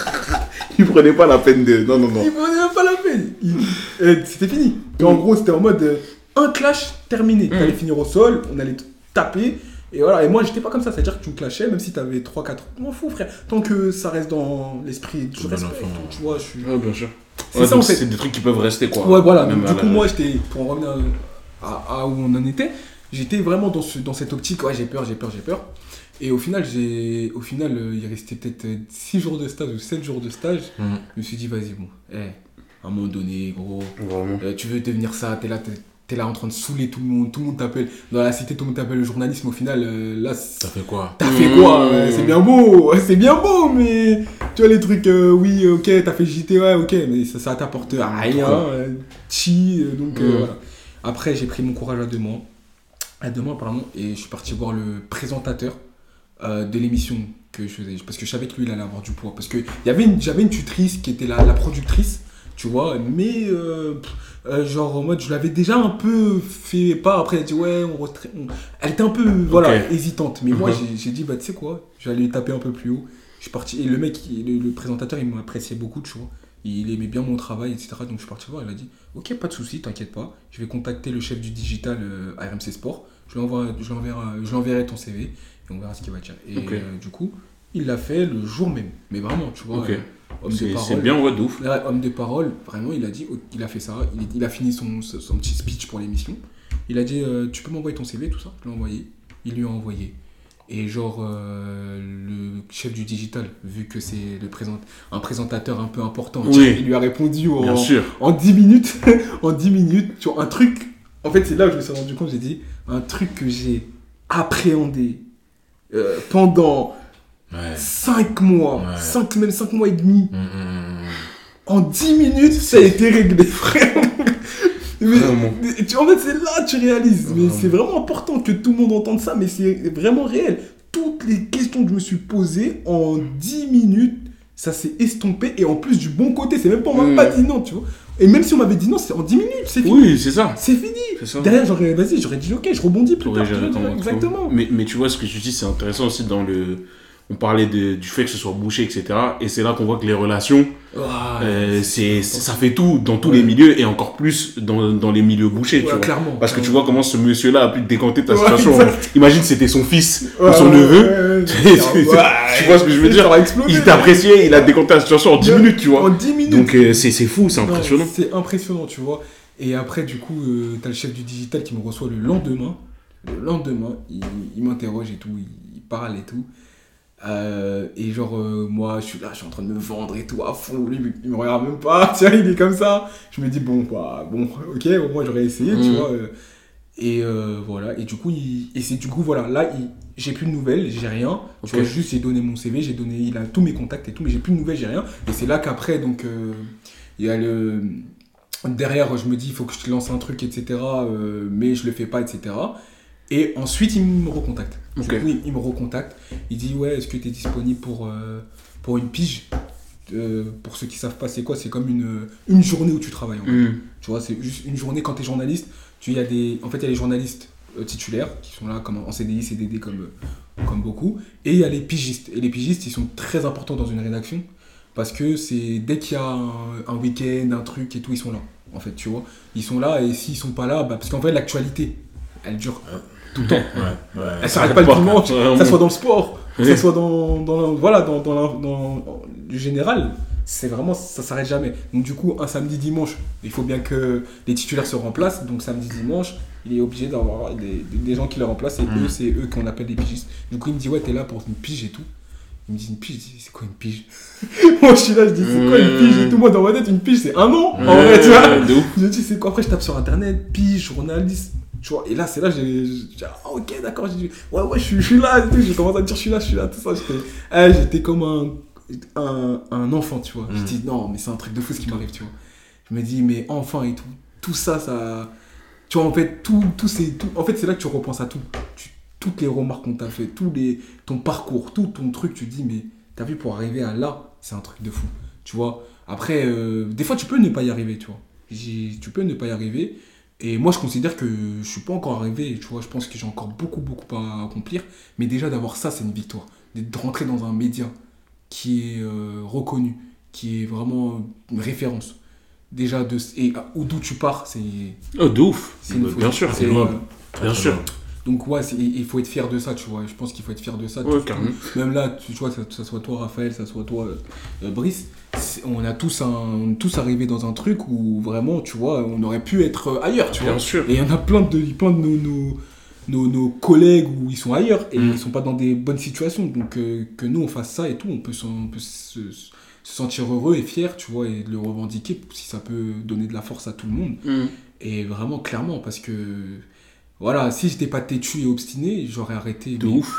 Ils prenaient pas la peine de. Non, non, non. Ils prenaient même pas la peine. Ils- euh, C'était fini. Et en gros, c'était en mode euh, un clash terminé. T'allais finir au sol, on allait te taper. Et voilà, et moi j'étais pas comme ça, c'est-à-dire que tu me clashais, même si t'avais trois quatre. Je m'en fous, frère. Tant que ça reste dans l'esprit du Bon respect, enfant. et tout, tu vois, je suis. Ouais, bien sûr. C'est Ouais, ça, donc en fait. c'est des trucs qui peuvent rester, quoi. Ouais, voilà, Même donc, à du coup, la- moi, j'étais, pour en revenir à, à où on en était, j'étais vraiment dans, ce, dans cette optique, ouais, j'ai peur, j'ai peur, j'ai peur. Et au final, j'ai, au final euh, il restait peut-être six jours de stage ou sept jours de stage. Mmh. Je me suis dit, vas-y, bon, hey, à un moment donné, gros, Vraiment. euh, tu veux devenir ça, t'es là, t'es, t'es là en train de saouler tout le monde, tout le monde t'appelle. Dans la cité, tout le monde t'appelle le journalisme. Au final, euh, là, Ça fait quoi? t'as fait quoi? Ouais, c'est bien beau, c'est bien beau, mais tu vois les trucs, euh, oui, ok, t'as fait J T, ouais, ok, mais ça, ça t'apporte rien, euh, chi, euh, donc euh, Mm. voilà. Après, j'ai pris mon courage à deux mois, à deux mois, pardon, et je suis parti voir le présentateur euh, de l'émission que je faisais, parce que je savais que lui, il allait avoir du poids, parce que y avait une, j'avais une tutrice qui était la, la productrice, tu vois, mais euh, pff, euh, genre en mode, je l'avais déjà un peu fait part, après elle a dit ouais, on retra- on... elle était un peu, voilà, Ok. hésitante, mais moi Mhm. j'ai, j'ai dit, bah tu sais quoi, je vais aller taper un peu plus haut, je suis parti, et le mec, il- le, le présentateur, il m'appréciait beaucoup, tu vois, il aimait bien mon travail, et cetera, donc je suis parti voir, il a dit, ok, pas de souci, t'inquiète pas, je vais contacter le chef du digital euh, à R M C Sport, je lui envoie, je lui enverrai, je lui enverrai ton C V, et on verra ce qu'il va dire. Et Ok. euh, du coup, il l'a fait le jour même, mais vraiment, tu vois, Ok. euh, homme de C'est parole. c'est bien, ouais, de ouf. Ouais, homme de parole, vraiment, il a dit, il a fait ça, il, il a fini son, son, son petit speech pour l'émission. Il a dit, euh, tu peux m'envoyer ton C V, tout ça. Je l'ai envoyé. Il lui a envoyé. Et genre, euh, le chef du digital, vu que c'est le présent, un présentateur un peu important, Oui. il lui a répondu en, Bien sûr. en dix minutes. En dix minutes, tu vois, un truc. En fait, c'est là où je me suis rendu compte, j'ai dit, un truc que j'ai appréhendé euh, pendant Ouais. cinq mois, Ouais. cinq, même cinq mois et demi. Hum, hum, hum. En dix minutes, ça a été réglé, frère. Mais, Vraiment. mais tu, en fait, c'est là que tu réalises. Mais Vraiment. c'est vraiment important que tout le monde entende ça, mais c'est vraiment réel. Toutes les questions que je me suis posées en dix minutes, ça s'est estompé. Et en plus, du bon côté, c'est même pas, on m'a Mm. pas dit non, tu vois. Et même si on m'avait dit non, c'est en dix minutes, c'est fini. Oui, c'est ça. C'est fini. C'est ça. Derrière, j'aurais, vas-y, j'aurais dit ok, je rebondis plus T'aurais tard. géré tu vois, comment il faut. Exactement. Mais, mais tu vois, ce que tu dis, c'est intéressant aussi dans le. On parlait de- du fait que ce soit bouché, et cetera. Et c'est là qu'on voit que les relations, Ah, euh, c'est, c'est- ça fait tout dans tous Ouais. les milieux et encore plus dans, dans les milieux bouchés, tu ouais, vois. clairement. Parce que tu vois comment ce monsieur-là a pu décanter ta Ouais, situation. exact. Imagine c'était son fils Ouais, ou son ouais, neveu. ouais, ouais, Tu- ouais, tu- ouais, tu vois ce que je veux ça dire? va exploser. Il t'appréciait, il a décanté la situation en dix Ouais. minutes, tu vois. En dix minutes. Donc euh, c'est, c'est fou, c'est Non, impressionnant. C'est impressionnant, tu vois. Et après, du coup, euh, t'as le chef du digital qui me reçoit le lendemain. Le lendemain, il, il m'interroge et tout, il, il parle et tout. Euh, et genre, euh, moi, je suis là, je suis en train de me vendre et tout à fond. Lui, il me regarde même pas, tu vois, il est comme ça. Je me dis, bon, bah, bon, ok, au moins j'aurais essayé, tu Mhm. vois. euh. Et euh, voilà, et du coup, il, et c'est du coup, voilà, là, il, j'ai plus de nouvelles, j'ai rien. Tu Ok. vois, juste, j'ai donné mon C V, j'ai donné, il a tous mes contacts et tout, mais j'ai plus de nouvelles, j'ai rien. Et c'est là qu'après, donc, euh, il y a le. Derrière, je me dis, il faut que je te lance un truc, et cetera. euh, mais je le fais pas, et cetera. Et ensuite, il me recontacte. Du Ok. coup, il, il me recontacte. Il dit, ouais, est-ce que tu es disponible pour, euh, pour une pige? Euh, Pour ceux qui savent pas, c'est quoi? C'est comme une, une journée où tu travailles. En fait. Mm. Tu vois, c'est juste une journée quand tu es journaliste. Tu, y a des, en fait, il y a les journalistes euh, titulaires qui sont là comme en C D I, C D D comme, euh, comme beaucoup. Et il y a les pigistes. Et les pigistes, ils sont très importants dans une rédaction parce que c'est dès qu'il y a un, un week-end, un truc et tout, ils sont là. En fait, tu vois, ils sont là et s'ils sont pas là, bah, parce qu'en fait, l'actualité, elle dure tout le temps. Ouais, ouais. Elle s'arrête pas le dimanche, que Vraiment. ça soit dans le sport, que Oui. ça soit dans, dans, la- voilà, dans, dans, la- dans le général, c'est vraiment, ça s'arrête jamais. Donc du coup, un samedi, dimanche, il faut bien que les titulaires se remplacent, donc samedi, dimanche, il est obligé d'avoir des, des, des gens qui le remplacent, et Mm. eux, c'est eux qu'on appelle des pigistes. Du coup, il me dit, ouais, t'es là pour une pige et tout. Il me dit, une pige, je dis, c'est quoi une pige? Moi, je suis là, je dis, c'est quoi une pige et tout? Moi, dans ma tête, une pige, c'est un an, en vrai, tu vois. Ouais, de ouf. Je dis, c'est quoi? Après, je tape sur internet, pige, journaliste. Tu vois, et là, c'est là, j'ai j'ai dit, ah, ok, d'accord. J'ai dit, ouais, ouais, je suis, je suis là. Et tout. J'ai commencé à dire, je suis là, je suis là, tout ça. J'étais, eh, j'étais comme un, un, un enfant, tu vois. Mm. Je dis, non, mais c'est un truc de fou ce qui m'arrive, tu vois. Je me dis, mais enfin et tout. Tout ça, ça. Tu vois, en fait, tout, tout c'est. Tout, en fait, c'est là que tu repenses à tout. Tu- toutes les remarques qu'on t'a fait, tous les, ton parcours, tout ton truc, tu te dis, mais t'as vu, pour arriver à là, c'est un truc de fou. Tu vois, après, euh, des fois, tu peux ne pas y arriver, tu vois. J'ai- Tu peux ne pas y arriver. Et moi, je considère que je suis pas encore arrivé. Tu vois, je pense que j'ai encore beaucoup, beaucoup à accomplir. Mais déjà, d'avoir ça, c'est une victoire. De rentrer dans un média qui est euh, reconnu, qui est vraiment une référence. Déjà, de, et ah, d'où tu pars, c'est Oh, de ouf. c'est une Bah, folie. bien sûr, C'est, c'est euh, bien sûr. donc, ouais, c'est- il faut être fier de ça, tu vois. Je pense qu'il faut être fier de ça. Ouais, Tout- carrément. Même là, tu vois, que ça soit toi, Raphaël, ça soit toi, euh, Brice, c'est- on a tous, un, on est tous arrivé dans un truc où vraiment, tu vois, on aurait pu être euh, ailleurs, tu vois. Bien sûr. Et il y en a plein de, plein de nos, nos, nos, nos collègues où ils sont ailleurs et Mm. ils sont pas dans des bonnes situations. Donc euh, que nous on fasse ça et tout, on peut, s'en- on peut se, se sentir heureux et fier, tu vois, et de le revendiquer si ça peut donner de la force à tout le monde. Mm. Et vraiment, clairement, parce que voilà, si j'étais pas têtu et obstiné, j'aurais arrêté. De mais- ouf.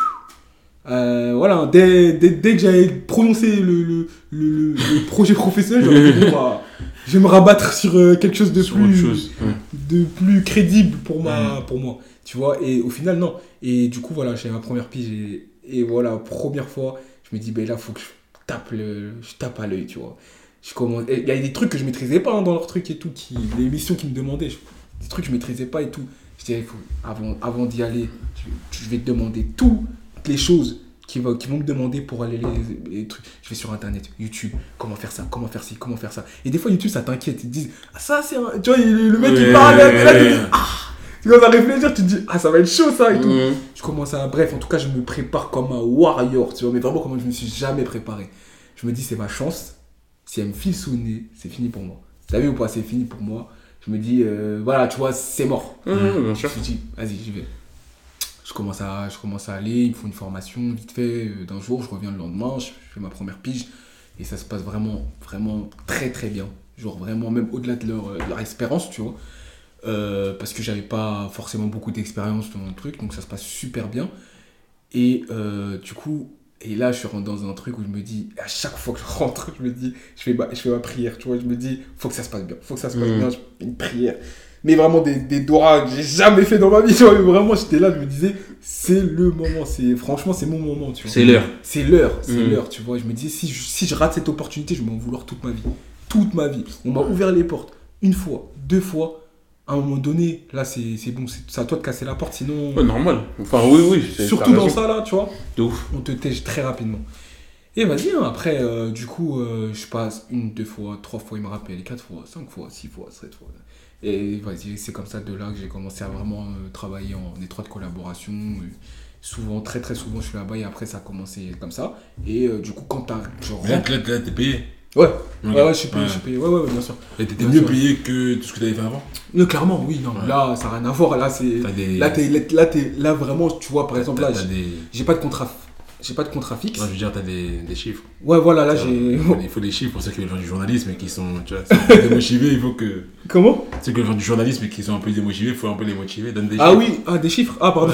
Euh, voilà, dès, dès, dès que j'avais prononcé le, le, le, le- le projet professionnel, j'aurais dit, bon, bah, je vais me rabattre sur euh, quelque chose de Sur plus, autre chose. Ouais. de plus crédible pour, ma, Mm. pour moi. Tu vois, et au final, non. Et du coup, voilà, j'ai ma première pige. Et, et voilà, première fois, je me dis, ben là, faut que je tape, le, je tape à l'œil, tu vois. Je commence- et il y a des trucs que je maîtrisais pas hein, dans leurs trucs et tout, qui, les missions qui me demandaient, je- des trucs que je maîtrisais pas et tout. Je disais, il faut, avant, avant d'y aller, je, je vais te demander toutes les choses qui, va, qui vont me demander pour aller les, les trucs. Je vais sur internet, YouTube, comment faire ça, comment faire ci, comment faire ça. Et des fois, YouTube, ça t'inquiète. Ils te disent, ah, ça, c'est un. Tu vois, le, le mec, il Ouais, parle, et là, tu ouais. dis, ah tu commences à réfléchir, tu te dis, ah, ça va être chaud, ça, et tout. Mm. Je commence à. Bref, en tout cas, je me prépare comme un warrior, tu vois, mais vraiment comme je me suis jamais préparé. Je me dis, c'est ma chance. Si elle me file sous le nez, c'est fini pour moi. T'as vu ou pas, c'est fini pour moi. Je me dis, euh, voilà, tu vois, c'est mort. Mm, bien sûr. Je me dis, vas-y, j'y vais. Je commence, à, je commence à aller, il me faut une formation vite fait euh, d'un jour, je reviens le lendemain, je, je fais ma première pige et ça se passe vraiment, vraiment très très bien. Genre vraiment, même au-delà de leur, de leur expérience, tu vois. Euh, parce que j'avais pas forcément beaucoup d'expérience dans le truc, donc ça se passe super bien. Et euh, du coup, et là je suis rentré dans un truc où je me dis, à chaque fois que je rentre, je me dis, je fais ma, je fais ma prière, tu vois, je me dis, faut que ça se passe bien, faut que ça se passe Mm. bien, je fais une prière. Mais vraiment des, des doigts que j'ai jamais fait dans ma vie, tu vois, mais vraiment j'étais là, je me disais, c'est le moment, c'est, franchement c'est mon moment, tu vois. C'est l'heure. C'est l'heure, c'est Mm. l'heure, tu vois. Je me disais, si je, si je rate cette opportunité, je vais m'en vouloir toute ma vie. Toute ma vie. On m'a ouvert les portes une fois, deux fois. À un moment donné, là, c'est c'est bon, c'est c'est à toi de casser la porte, sinon. Ouais, normal. Enfin, oui, oui. c'est- Surtout t'as dans raison. ça, là, tu vois, De ouf. on te tège très rapidement. Et vas-y, hein, après, euh, du coup, euh, je passe une, deux fois, trois fois, il me rappelle, quatre fois, cinq fois, six fois, sept fois. Et vas-y, c'est comme ça de là que j'ai commencé à vraiment euh, travailler en étroite collaboration. Et souvent, très très souvent, je suis là-bas et après, ça a commencé comme ça. Et euh, du coup, quand t'as. Genre, Rien que là, là, t'es payé. Ouais, Ok. ouais, ouais, je suis payé, Ouais. je suis payé. Ouais, ouais, ouais, bien sûr. Et t'étais Bien mieux sûr. payé que tout ce que t'avais fait avant. Mais clairement, oui, non, Ouais. là, ça n'a rien à voir. Là, c'est. T'as des. Là, t'es, là, t'es, là, vraiment, tu vois, par exemple, là, T'as j'ai, des. j'ai pas de contrat. J'ai pas de contrat fixe. Moi, je veux dire, t'as des, des chiffres. Ouais, voilà, là, Ça, j'ai. Il faut, il faut des chiffres pour ceux qui veulent faire du journalisme et qui sont, tu vois, ceux qui sont démotivés, il faut que... Comment? Ceux qui veulent faire du journalisme et qui sont un peu démotivés, il faut un peu les motiver, donne des Ah chiffres. oui, ah, des chiffres. Ah, pardon.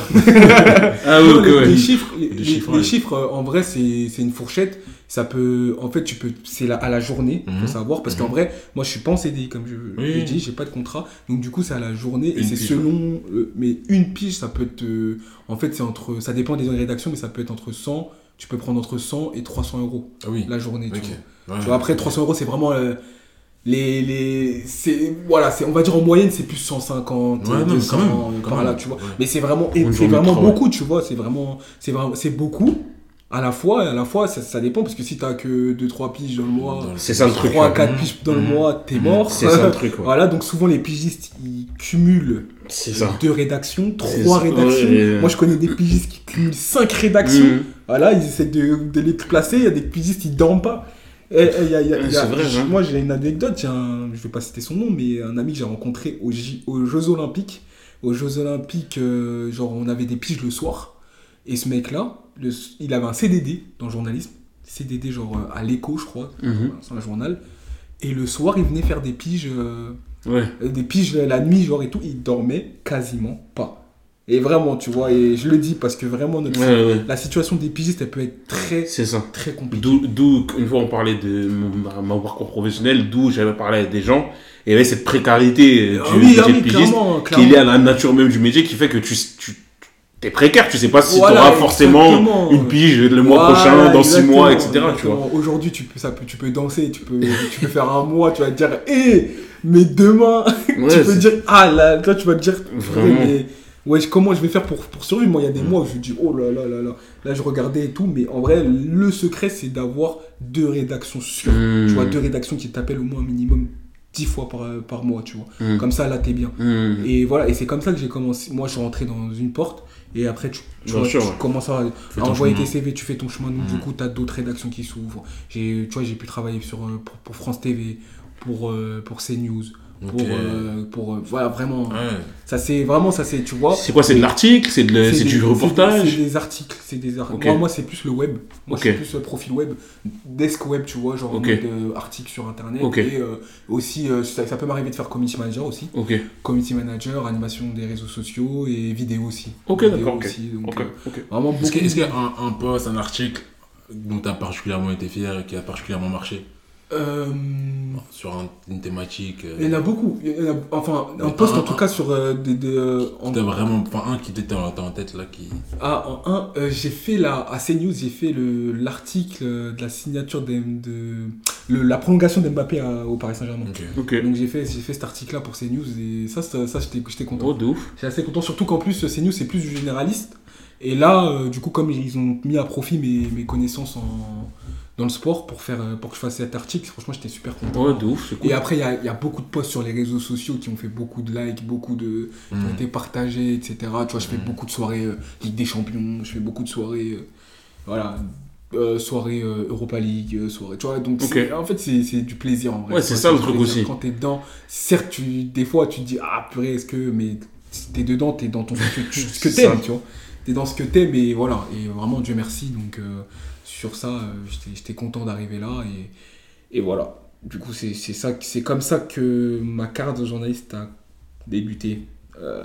Ah oui, Non, ok, les, ouais. les chiffres, les, Des les- chiffres, les ouais. chiffres, euh, en vrai, c'est, c'est une fourchette. Ça peut, en fait, tu peux, c'est la, à la journée, Mhm. faut savoir, parce Mhm. qu'en vrai, moi, je suis pas en C D I, comme je, Oui. je dis, j'ai pas de contrat, donc du coup, c'est à la journée et Une c'est pige, selon, euh, mais une pige, ça peut te, en fait, c'est entre, ça dépend des rédactions, mais ça peut être entre cent, tu peux prendre entre cent et trois cents euros Ah oui. la journée. Tu Ok. vois. Ouais. Tu vois, après, trois cents euros, c'est vraiment euh, les, les, c'est, voilà, c'est, on va dire en moyenne, c'est plus cent cinquante, Ouais, non, mais deux cents, quand même, euh, quand par même. là, tu vois. Ouais. Mais c'est vraiment, Une c'est journée de vraiment travail. beaucoup, tu vois. C'est vraiment, c'est vraiment, c'est beaucoup à la fois, et à la fois, ça, ça dépend, parce que si t'as que deux trois piges dans le mois, Dans le- C'est ça le truc. trois ouais. quatre Mhm. piges dans le Mhm. mois, t'es Mhm. mort. C'est ça le truc, ouais. Voilà, donc souvent les pigistes, ils cumulent C'est ça. deux rédactions, C'est trois ça. rédactions. Ouais, et- Moi, je connais des pigistes qui cumulent cinq rédactions. Mm. Voilà, ils essaient de, de les placer. Il y a des pigistes, ils dorment pas. Et, et il y a- il y a- il y a- C'est vrai, hein. Moi, j'ai une anecdote. J'ai un, je vais pas citer son nom, mais un ami que j'ai rencontré aux, J- aux Jeux Olympiques. Aux Jeux Olympiques, euh, genre, on avait des piges le soir. Et ce mec-là, le- il avait un C D D dans le journalisme. C D D, genre, euh, à l'Écho, je crois. Mhm. C'est un journal. Et le soir, il venait faire des piges, euh, Ouais. des piges la nuit, genre, et tout. Il dormait quasiment pas. Et vraiment, tu vois, et je le dis parce que vraiment, notre Ouais, ouais. la situation des pigistes, elle peut être très, C'est ça. très compliquée. D'où, d'où, une fois on parlait de mon, ma- mon parcours professionnel, d'où j'avais parlé avec des gens, et il y avait cette précarité euh, Ah du oui, métier ah de oui, pigiste, clairement, qui est liée clairement. à la nature même du métier, qui fait que tu, tu es précaire, tu sais pas si Voilà, tu auras forcément exactement. une pige le mois Voilà, prochain, dans six mois, et exactement, cetera. Tu vois. exactement. Aujourd'hui, tu peux, ça peut, tu peux danser, tu peux, tu peux faire un mois, tu vas te dire, hé, mais demain, Ouais, tu peux c'est- dire, ah là, toi, tu vas te dire, Vraiment. mais, ouais, comment je vais faire pour, pour survivre? Moi, il y a des Mm. mois où je me dis, oh là là là là, là, je regardais et tout, mais en vrai, le secret, c'est d'avoir deux rédactions sûres. Mm. Tu vois, deux rédactions qui t'appellent au moins un minimum dix fois par, par mois, tu vois. Mm. Comme ça, là, t'es bien. Mm. Et voilà, et c'est comme ça que j'ai commencé. Moi, je suis rentré dans une porte, et après, tu, tu, Bien vois, sûr, tu ouais. commences à, Fais à ton envoyer chemin. tes C V, tu fais ton chemin. Donc, Mm. du coup, tu as d'autres rédactions qui s'ouvrent. J'ai, tu vois, j'ai pu travailler sur, euh, pour, pour France T V, pour, euh, pour CNews, Ok. Pour, euh, pour euh, voilà, vraiment. Ouais. Ça, c'est vraiment, ça, c'est, tu vois. C'est quoi, c'est de l'article, c'est, de le- c'est des- du reportage? C'est des, c'est des articles. C'est des ar- Ok. Moi, moi c'est plus le web. Moi, Ok. c'est plus le profil web. Desk web, tu vois, genre Ok. en mode, euh, article sur Internet. Ok. Et euh, aussi, euh, ça, ça peut m'arriver de faire community manager aussi. Ok, Community manager, animation des réseaux sociaux et vidéo aussi. ok, Vidéo d'accord, ok. aussi, donc, Ok, euh, ok. vraiment beaucoup. Est-ce que- est-ce qu'il y a un, un post, un article dont tu as particulièrement été fier et qui a particulièrement marché Euh, sur un- une thématique euh, Il y en a beaucoup. Il y en a- enfin, un Mais post un- en tout un- cas sur euh, des. des, euh, en- T'as vraiment, enfin un qui t'était en, t'as en tête là qui. Ah, en un, euh, j'ai fait la, à CNews, j'ai fait le, l'article euh, de la signature de, de le- la prolongation d'Mbappé à- au Paris Saint-Germain. Ok. Ok. Donc j'ai fait, j'ai fait cet article-là pour CNews et ça, ça, ça j'étais, j'étais content. Oh, de ouf. J'étais assez content, surtout qu'en plus CNews c'est plus du généraliste. Et là, euh, du coup, comme ils ont mis à profit mes, mes connaissances en, dans le sport pour, faire, euh, pour que je fasse cet article, franchement j'étais super content. Ouais, de ouf, c'est cool. Et après, il y a, il y a beaucoup de posts sur les réseaux sociaux qui ont fait beaucoup de likes, beaucoup de. qui ont Mm. été partagés, et cetera. Tu vois, je fais Mm. beaucoup de soirées euh, Ligue des Champions, je fais beaucoup de soirées. euh, voilà. euh, soirées euh, Europa League, euh, soirées. Tu vois, donc Ok. c'est- en fait, c'est c'est du plaisir en vrai. Ouais, Tu c'est vois, ça, le du truc plaisir. aussi. Quand t'es dedans, certes, tu, des fois, tu te dis, ah purée, est-ce que. Mais si t'es dedans, t'es dans ton, ce que, tu- ce que C'est t'aimes, ça. tu vois. T'es dans ce que t'aimes, et voilà. Et vraiment, Dieu merci. Donc, euh, sur ça, euh, j'étais- j'étais content d'arriver là. Et, et voilà. Du coup, c'est c'est ça, c'est comme ça que ma carrière de journaliste a débuté. Euh,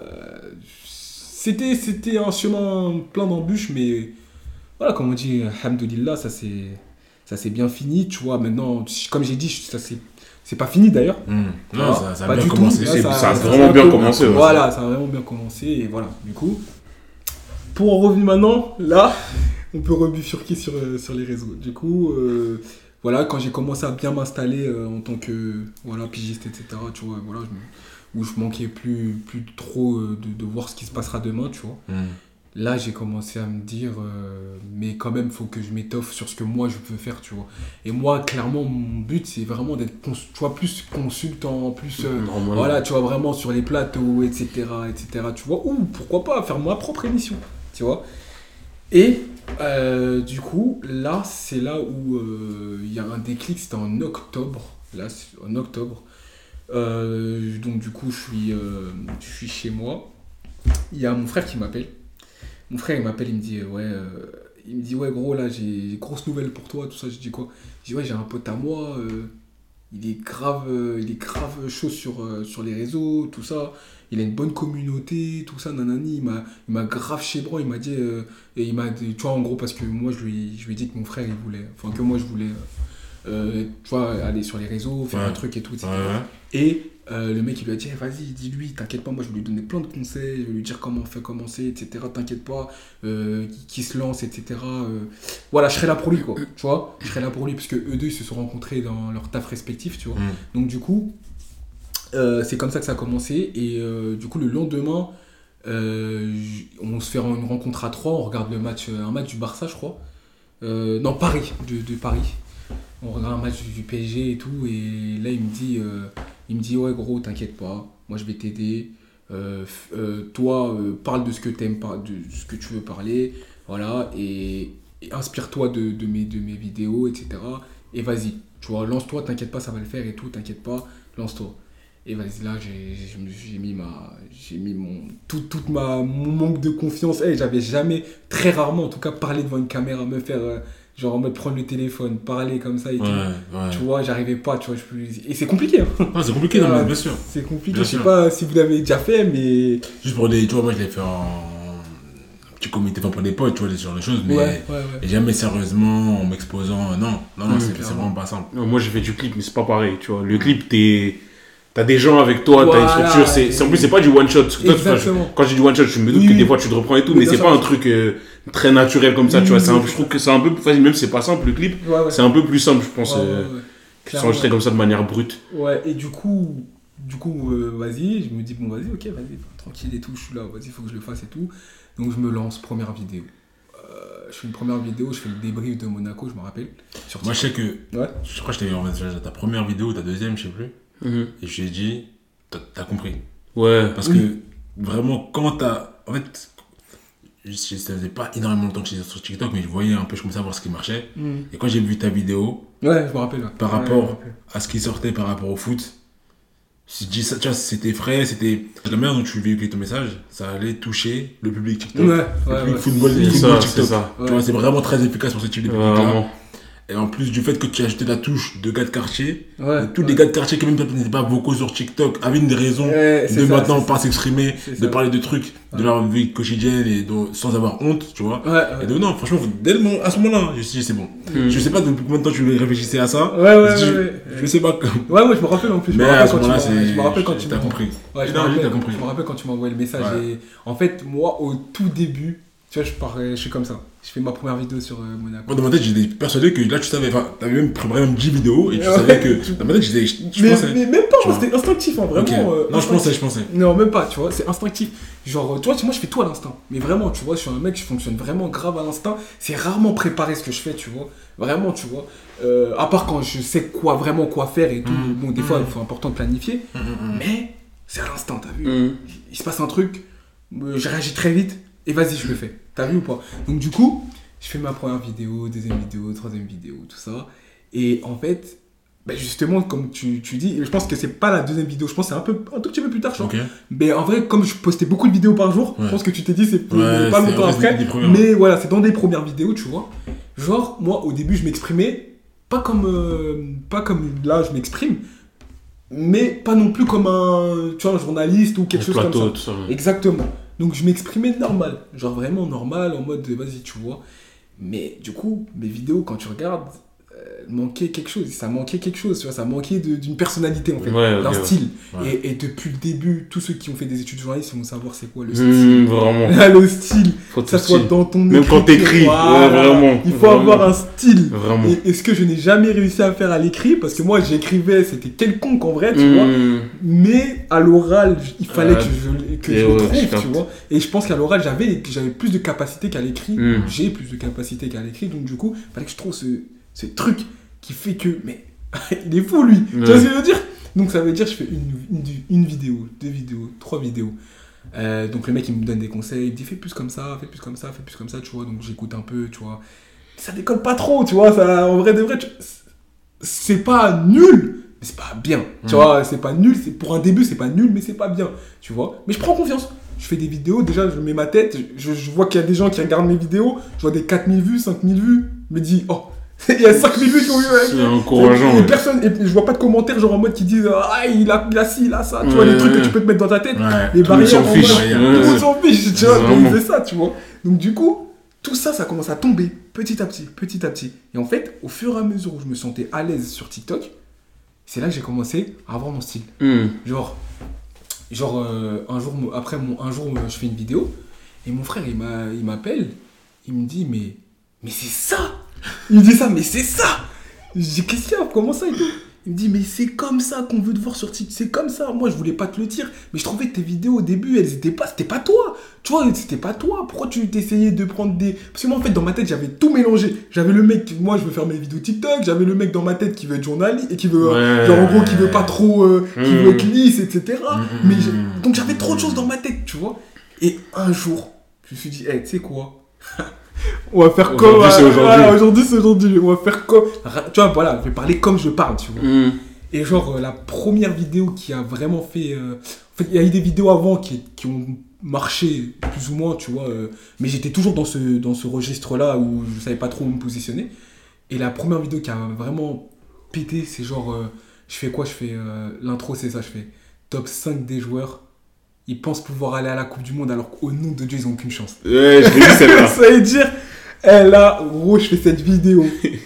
c'était, c'était un chemin plein d'embûches, mais voilà, comme on dit, alhamdoulilah, ça s'est, ça s'est bien fini. Tu vois, maintenant, comme j'ai dit, ça c'est, c'est pas fini d'ailleurs. Mm. Non, Voilà. ça, ça a Pas bien du tout. commencé. Là, C'est- ça- ça a ça- vraiment ça bien com- commencé, ouais. Voilà, ça a vraiment bien commencé. Et voilà, du coup, pour en revenir maintenant, là, on peut rebifurquer sur, euh, sur les réseaux. Du coup, euh, voilà, quand j'ai commencé à bien m'installer euh, en tant que voilà, pigiste, et cetera, tu vois, voilà, je me- où je manquais plus, plus trop euh, de, de voir ce qui se passera demain, tu vois. Mm. Là, j'ai commencé à me dire, euh, mais quand même, il faut que je m'étoffe sur ce que moi, je veux faire, tu vois. Et moi, clairement, mon but, c'est vraiment d'être, cons- tu vois, plus consultant, plus... euh, Normalement. voilà, tu vois, vraiment sur les plateaux, et cetera, et cetera, tu vois. Ou pourquoi pas faire ma propre émission, tu vois. Et euh, du coup, là, c'est là où euh, il y a un déclic, c'était en octobre. Là, c'est en octobre. Euh, donc, du coup, je suis, euh, je suis chez moi. Il y a mon frère qui m'appelle. Mon frère, il m'appelle, il me dit, euh, ouais, euh, il me dit, ouais, gros, là, j'ai j'ai grosse nouvelle pour toi, tout ça. Je dis quoi? Je dis, ouais, j'ai un pote à moi. euh, il est grave, euh, il est grave chaud sur, euh, sur les réseaux, tout ça. Il a une bonne communauté, tout ça, nanani. Il m'a, il m'a grave chébran, il m'a dit, euh, et il m'a dit, tu vois, en gros, parce que moi, je lui, je lui ai dit que mon frère, il voulait, enfin, que moi, je voulais, euh, tu vois, aller sur les réseaux, faire Ouais. un truc et tout, et cetera. Ouais, ouais. Et euh, le mec, il lui a dit, eh, vas-y, dis-lui, t'inquiète pas, moi, je vais lui donner plein de conseils, je vais lui dire comment on fait commencer, et cetera. T'inquiète pas, euh, qui, qui se lance, et cetera. Euh, voilà, je serai là pour lui, quoi, tu vois. Je serai là pour lui, parce que eux deux, ils se sont rencontrés dans leur taf respectif, tu vois. Mm. Donc, du coup, euh, c'est comme ça que ça a commencé. Et euh, du coup, le lendemain, euh, j- on se fait une rencontre à trois, on regarde le match, euh, un match du Barça, je crois. Euh, non, Paris, de, de Paris. On regarde un match du, du P S G et tout. Et là, il me dit, euh, il me dit ouais, gros, t'inquiète pas, moi je vais t'aider. Euh, f- euh, toi, euh, parle de ce que t'aimes, par- de ce que tu veux parler. Voilà. Et, et inspire-toi de, de, mes, de mes vidéos, et cetera. Et vas-y, tu vois, lance-toi, t'inquiète pas, ça va le faire et tout, t'inquiète pas, lance-toi. Et vas-y, là, j'ai, j'ai, j'ai mis, ma, j'ai mis mon, tout, toute ma, mon manque de confiance. Hey, j'avais jamais, très rarement en tout cas, parlé devant une caméra, me faire, euh, genre, me prendre le téléphone, parler comme ça et Ouais, tout. ouais. Tu vois, j'arrivais pas, tu vois. Je peux... Et c'est compliqué, hein. Ah, c'est compliqué, non, mais Ah, bien sûr. C'est compliqué, Bien je sais sûr. pas si vous l'avez déjà fait, mais. Juste pour des. Tu vois, moi, je l'ai fait en. petit comité, enfin pour des potes, tu vois, ce genre de choses, mais. Ouais, ouais, ouais. Et jamais sérieusement en m'exposant. Non, non, non, Mmh, c'est c'est clairement. vraiment pas simple. Non, moi j'ai fait du clip, mais c'est pas pareil, tu vois. Le clip, t'es... T'as des gens avec toi, t'as une Voilà, structure, c'est, c'est- en plus c'est pas du one shot. Parce que toi, tu- Exactement. quand je dis one shot, je me doute Oui, que oui. des fois tu te reprends et tout, Oui, mais bien c'est sûr. pas un truc euh, très naturel comme ça, Oui, tu vois. oui, C'est un- oui. je trouve que c'est un peu plus facile, même si c'est pas simple le clip, Ouais, ouais. c'est un peu plus simple, je pense, Ouais, ouais, euh, ouais. que Clairement. s'enregistrer comme ça de manière brute. Ouais, et du coup, du coup euh, vas-y, je me dis, bon, vas-y, ok, vas-y, tranquille et tout, je suis là, vas-y, faut que je le fasse et tout. Donc je me lance, première vidéo. Euh, je fais une première vidéo, je fais le débrief de Monaco, je me rappelle. Sur Moi, je sais que. Ouais. Je crois que je t'avais envoyé ta première vidéo ou ta deuxième, je sais plus. Et je lui ai dit, t'as t'as compris. Ouais. Parce Oui. que vraiment, quand t'as. En fait, je- ça faisait pas énormément de temps que j'étais sur TikTok, mais je voyais un peu, je commençais à voir ce qui marchait. Mm. Et quand j'ai vu ta vidéo, Ouais, je me rappelle. ouais. Par Ouais, rapport- je me rappelle. à ce qui sortait par rapport au foot, Si je dis ça, tu vois, c'était frais, c'était. La manière dont tu véhiculais ton message, ça allait toucher le public TikTok. Ouais, le ouais, public ouais. football, C'est le ça, football c'est TikTok. ça. Tu vois, c'est vraiment très efficace pour ce type de public. Vraiment. Et en plus du fait que tu as ajouté la touche de gars de quartier, Ouais, tous ouais. les gars de quartier qui même peut-être n'étaient pas vocaux sur TikTok avaient une raison Ouais, c'est de ça, maintenant c'est pas s'exprimer, C'est de ça. parler de trucs de Ouais. leur vie quotidienne et de- sans avoir honte, tu vois. Ouais, ouais. Et donc non, franchement, dès le moment, à ce moment-là, je me suis dit c'est bon. Mm. Je sais pas depuis combien de temps tu réfléchissais à ça. Ouais, ouais, je, ouais, ouais. je sais pas. Ouais, moi je me rappelle en plus. Je Mais me à rappelle ce quand tu moment-là, m'as- c'est. je me rappelle quand tu T'as m'as- compris. Ouais, je, me Non, rappelle, t'as compris. je me rappelle quand tu m'as envoyé le message. Ouais. Et en fait, moi, au tout début, tu vois, je, parais, je suis comme ça. Je fais ma première vidéo sur euh, Monaco. Moi, dans ma tête, j'étais persuadé que là, tu savais. Enfin, t'avais même préparé même dix vidéos et tu Ouais. savais que. Dans ma tête, j'étais. Je, je mais, pensais. mais même pas, Tu vois. c'était instinctif, hein, vraiment. Ok. euh, non, je instinctif. pensais, je pensais. Non, même pas, tu vois, c'est instinctif. Genre, tu vois, moi je fais tout à l'instinct. Mais vraiment, tu vois, je suis un mec, je fonctionne vraiment grave à l'instinct. C'est rarement préparé ce que je fais, tu vois. Vraiment, tu vois. Euh, à part quand je sais quoi, vraiment quoi faire et tout. Mm. Bon, des fois, Mm. il faut important de planifier. Mm, mm, mm. Mais c'est à l'instant, t'as vu. Mm. Il se passe un truc, euh, je réagis très vite et vas-y, je le fais. T'as vu ou pas? Donc, du coup, je fais ma première vidéo, deuxième vidéo, troisième vidéo, tout ça. Et en fait, bah justement, comme tu, tu dis, je pense que c'est pas la deuxième vidéo, je pense que c'est un, peu, un tout petit peu plus tard, je crois. Ok. Mais en vrai, comme je postais beaucoup de vidéos par jour, Ouais. je pense que tu t'es dit, c'est Ouais, pas c'est- longtemps en fait, c'est après. des premières. Mais voilà, c'est dans des premières vidéos, tu vois. Genre, moi, au début, je m'exprimais pas comme, euh, pas comme là, je m'exprime, mais pas non plus comme un, tu vois, un journaliste ou quelque Un chose plateau, comme ça. tout ça. Exactement. Donc je m'exprimais normal, genre vraiment normal, en mode vas-y, tu vois. Mais du coup, mes vidéos, quand tu regardes, euh, manquait quelque chose, ça manquait quelque chose, tu vois, ça manquait de- d'une personnalité en fait, Ouais, ok, d'un ouais. style. Ouais. Et, et depuis le début, tous ceux qui ont fait des études de journalisme vont savoir c'est quoi le Mm, style. vraiment. Le style, Faut que ça tout soit style. dans ton Même quand écriture, t'écris, voilà. ouais, vraiment, Il faut vraiment. avoir un style. Vraiment. Et, et ce que je n'ai jamais réussi à faire à l'écrit, parce que moi j'écrivais, c'était quelconque en vrai, tu vois. Mm. Mais à l'oral, il fallait Euh, que je, que et je ouais, le je trouve, tu capte. vois. Et je pense qu'à l'oral, j'avais, j'avais plus de capacité qu'à l'écrit. Mm. J'ai plus de capacité qu'à l'écrit. Donc, du coup, il fallait que je trouve ce, ce truc qui fait que. Mais il est fou, lui. Tu vois Ouais. ce que je veux dire? Donc, ça veut dire que je fais une, une, une vidéo, deux vidéos, trois vidéos. Euh, donc, le mec, il me donne des conseils. Il me dit fais plus comme ça, fais plus comme ça, fais plus comme ça, tu vois. Donc, j'écoute un peu, tu vois. Ça décolle pas trop, tu vois. Ça, en vrai de vrai, tu- c'est pas nul. Mais c'est pas bien, tu Mm. vois, c'est pas nul, c'est pour un début, c'est pas nul, mais c'est pas bien, tu vois. Mais je prends confiance. Je fais des vidéos, déjà, je mets ma tête, je, je vois qu'il y a des gens qui regardent mes vidéos, je vois des quatre mille vues, cinq mille vues, je me dis, oh, il y a cinq mille vues qui ont eu. C'est encourageant, Et, ouais. personne, et je vois pas de commentaires, genre en mode qui disent, ah, il a, il a ci, il a ça, tu vois, les Ouais, trucs que ouais. tu peux te mettre dans ta tête, Ouais. les Tout le monde barrières, s'en en fiche. mode, Ouais, tout le ouais. monde s'en fiche, tu vois, Vraiment. c'est ça, tu vois. Donc du coup, tout ça, ça commence à tomber petit à petit, petit à petit. Et en fait, au fur et à mesure où je me sentais à l'aise sur TikTok, c'est là que j'ai commencé à avoir mon style. Mm. Genre, genre euh, un jour, après mon, un jour, euh, je fais une vidéo et mon frère, il m'a, il m'appelle, il me dit, mais, mais c'est ça. Il me dit ça, mais c'est ça. Je dis, qu'est-ce qu'il y a? Comment ça et tout? Il me dit, mais c'est comme ça qu'on veut te voir sur TikTok. C'est comme ça. Moi, je voulais pas te le dire, mais je trouvais que tes vidéos au début, elles étaient pas, c'était pas toi. Tu vois, c'était pas toi. Pourquoi tu t'essayais de prendre des. Parce que moi, en fait, dans ma tête, j'avais tout mélangé. J'avais le mec, moi, je veux faire mes vidéos TikTok. J'avais le mec dans ma tête qui veut être journaliste et qui veut. euh, Ouais. genre, en gros, qui veut pas trop. euh, qui Mm. veut être lisse, et cetera. Mm, Mais mm, j'ai- mm. donc, j'avais trop de choses dans ma tête, tu vois. Et un jour, je me suis dit, hey, tu sais quoi? On va faire comme. Aujourd'hui, c'est aujourd'hui. Voilà, aujourd'hui, c'est aujourd'hui. On va faire comme. Tu vois, voilà, je vais parler comme je parle, tu vois. Mm. Et genre, euh, la première vidéo qui a vraiment fait... euh, En fait, il y a eu des vidéos avant qui, qui ont marché, plus ou moins, tu vois. euh, Mais j'étais toujours dans ce, dans ce registre-là où je savais pas trop où me positionner. Et la première vidéo qui a vraiment pété, c'est genre... euh, je fais quoi? Je fais... euh, L'intro, c'est ça, je fais top cinq des joueurs. Ils pensent pouvoir aller à la Coupe du Monde alors qu'au nom de Dieu, ils ont aucune chance. Ouais, je l'ai vu celle-là. Ça veut dire... Eh là, gros, je fais cette vidéo.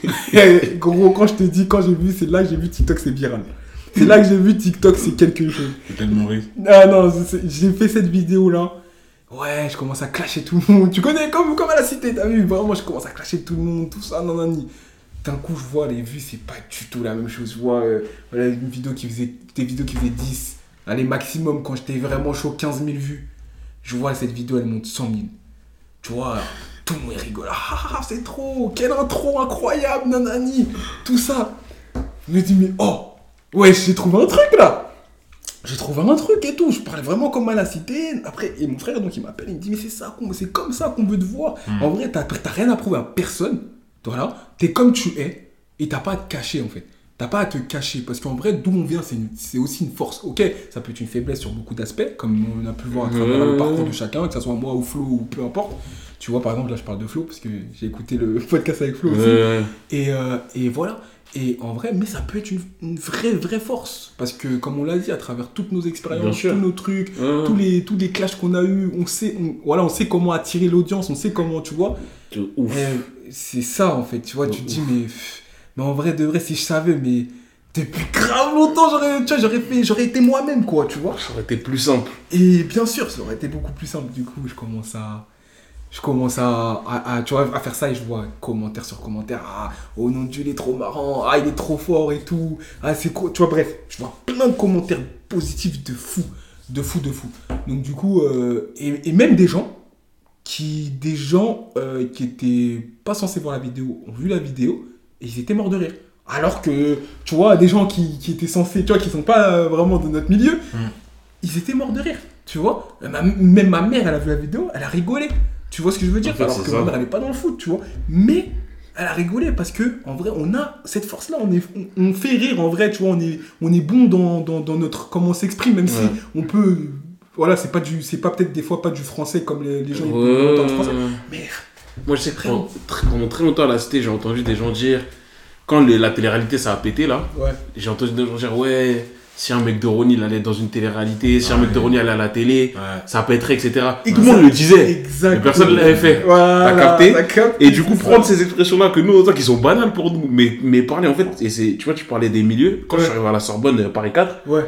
Eh, gros, quand je te dis, quand j'ai vu, c'est là que j'ai vu TikTok, c'est viral. C'est là que j'ai vu TikTok, c'est quelque chose. C'est tellement risque. Ah non, c'est- c'est- j'ai fait cette vidéo-là. Ouais, je commence à clasher tout le monde. Tu connais, comme, comme à la cité, t'as vu? Vraiment, je commence à clasher tout le monde, tout ça, nanani. D'un coup, je vois les vues, c'est pas du tout la même chose. Je vois euh, voilà, une vidéo qui faisait, des vidéos qui faisaient dix. Allez, maximum, quand j'étais vraiment chaud, quinze mille vues. Je vois cette vidéo, elle monte cent mille. Tu vois, tout le monde rigole. Ah, c'est trop, quelle intro incroyable, nanani. Tout ça. Je me dis, mais oh, ouais, j'ai trouvé un truc là. J'ai trouvé un truc et tout. Je parlais vraiment comme à la cité. Après, et mon frère, donc, il m'appelle, il me dit, mais c'est ça, qu'on- c'est comme ça qu'on veut te voir. Mm. En vrai, t'as t'as rien à prouver à personne. Voilà, t'es comme tu es et t'as pas à te cacher en fait. t'as pas à te cacher. Parce qu'en vrai, d'où on vient, c'est, une, c'est aussi une force. Ok, ça peut être une faiblesse sur beaucoup d'aspects, comme on a pu le voir à travers Mmh. le parcours de chacun, que ce soit moi ou Flo ou peu importe. Tu vois, par exemple, là, je parle de Flo, parce que j'ai écouté le podcast avec Flo aussi. Ouais. Et, euh, et voilà. Et en vrai, mais ça peut être une, une vraie, vraie force. Parce que, comme on l'a dit, à travers toutes nos Bien expériences, sûr. tous nos trucs, Ouais. tous les, tous les clashs qu'on a eus, on sait, on, voilà, on sait comment attirer l'audience, on sait comment, tu vois. De ouf. Et c'est ça, en fait, tu vois. De Tu te dis, ouf. mais, pff, mais en vrai, de vrai, si je savais, mais depuis grave longtemps, j'aurais, tu vois, j'aurais, fait, j'aurais été moi-même, quoi, tu vois. Ça aurait été plus simple. Et bien sûr, ça aurait été beaucoup plus simple. Du coup, je commence à... Je commence à, à, à, tu vois, à faire ça et je vois commentaire sur commentaire. Ah, oh non Dieu, il est trop marrant. Ah, il est trop fort et tout. Ah, c'est quoi. Tu vois, bref, je vois plein de commentaires positifs de fou. De fou, de fou. Donc, du coup, euh, et, et même des gens qui, des gens euh, qui étaient pas censés voir la vidéo ont vu la vidéo et ils étaient morts de rire. Alors que, tu vois, des gens qui, qui étaient censés, tu vois, qui sont pas euh, vraiment de notre milieu, Mm. ils étaient morts de rire. Tu vois, Ma- même ma mère, elle a vu la vidéo, elle a rigolé. Tu vois ce que je veux dire? En fait, Alors c'est que ça. ma mère, elle est pas dans le foot, tu vois. Mais elle a rigolé parce que, en vrai, on a cette force-là. On, est, on, on fait rire, en vrai, tu vois. On est, on est bon dans, dans, dans notre. Comment on s'exprime, même Ouais. si on peut. Voilà, c'est pas du, c'est pas peut-être des fois pas du français comme les, les gens ils peuvent Ouais. entendre français. Mais Moi, je sais que pendant, très- pendant très longtemps à la cité, j'ai entendu des gens dire, quand le- la télé-réalité ça a pété là, ouais. j'ai entendu des gens dire, ouais, si un mec de Ronny il allait dans une télé-réalité, si un mec de Ronny allait à la télé, Ouais. ça pèterait, et cetera. Tout Exact- le monde le disait, Exactement. mais personne ne l'avait fait. Voilà, T'as capté t'as capté, Et du coup, c'est prendre ça. ces expressions-là que nous, on sait qui sont banales pour nous, mais, mais parler en fait, et c'est, tu vois, tu parlais des milieux, quand je suis arrivé à la Sorbonne, euh, Paris quatre, Ouais.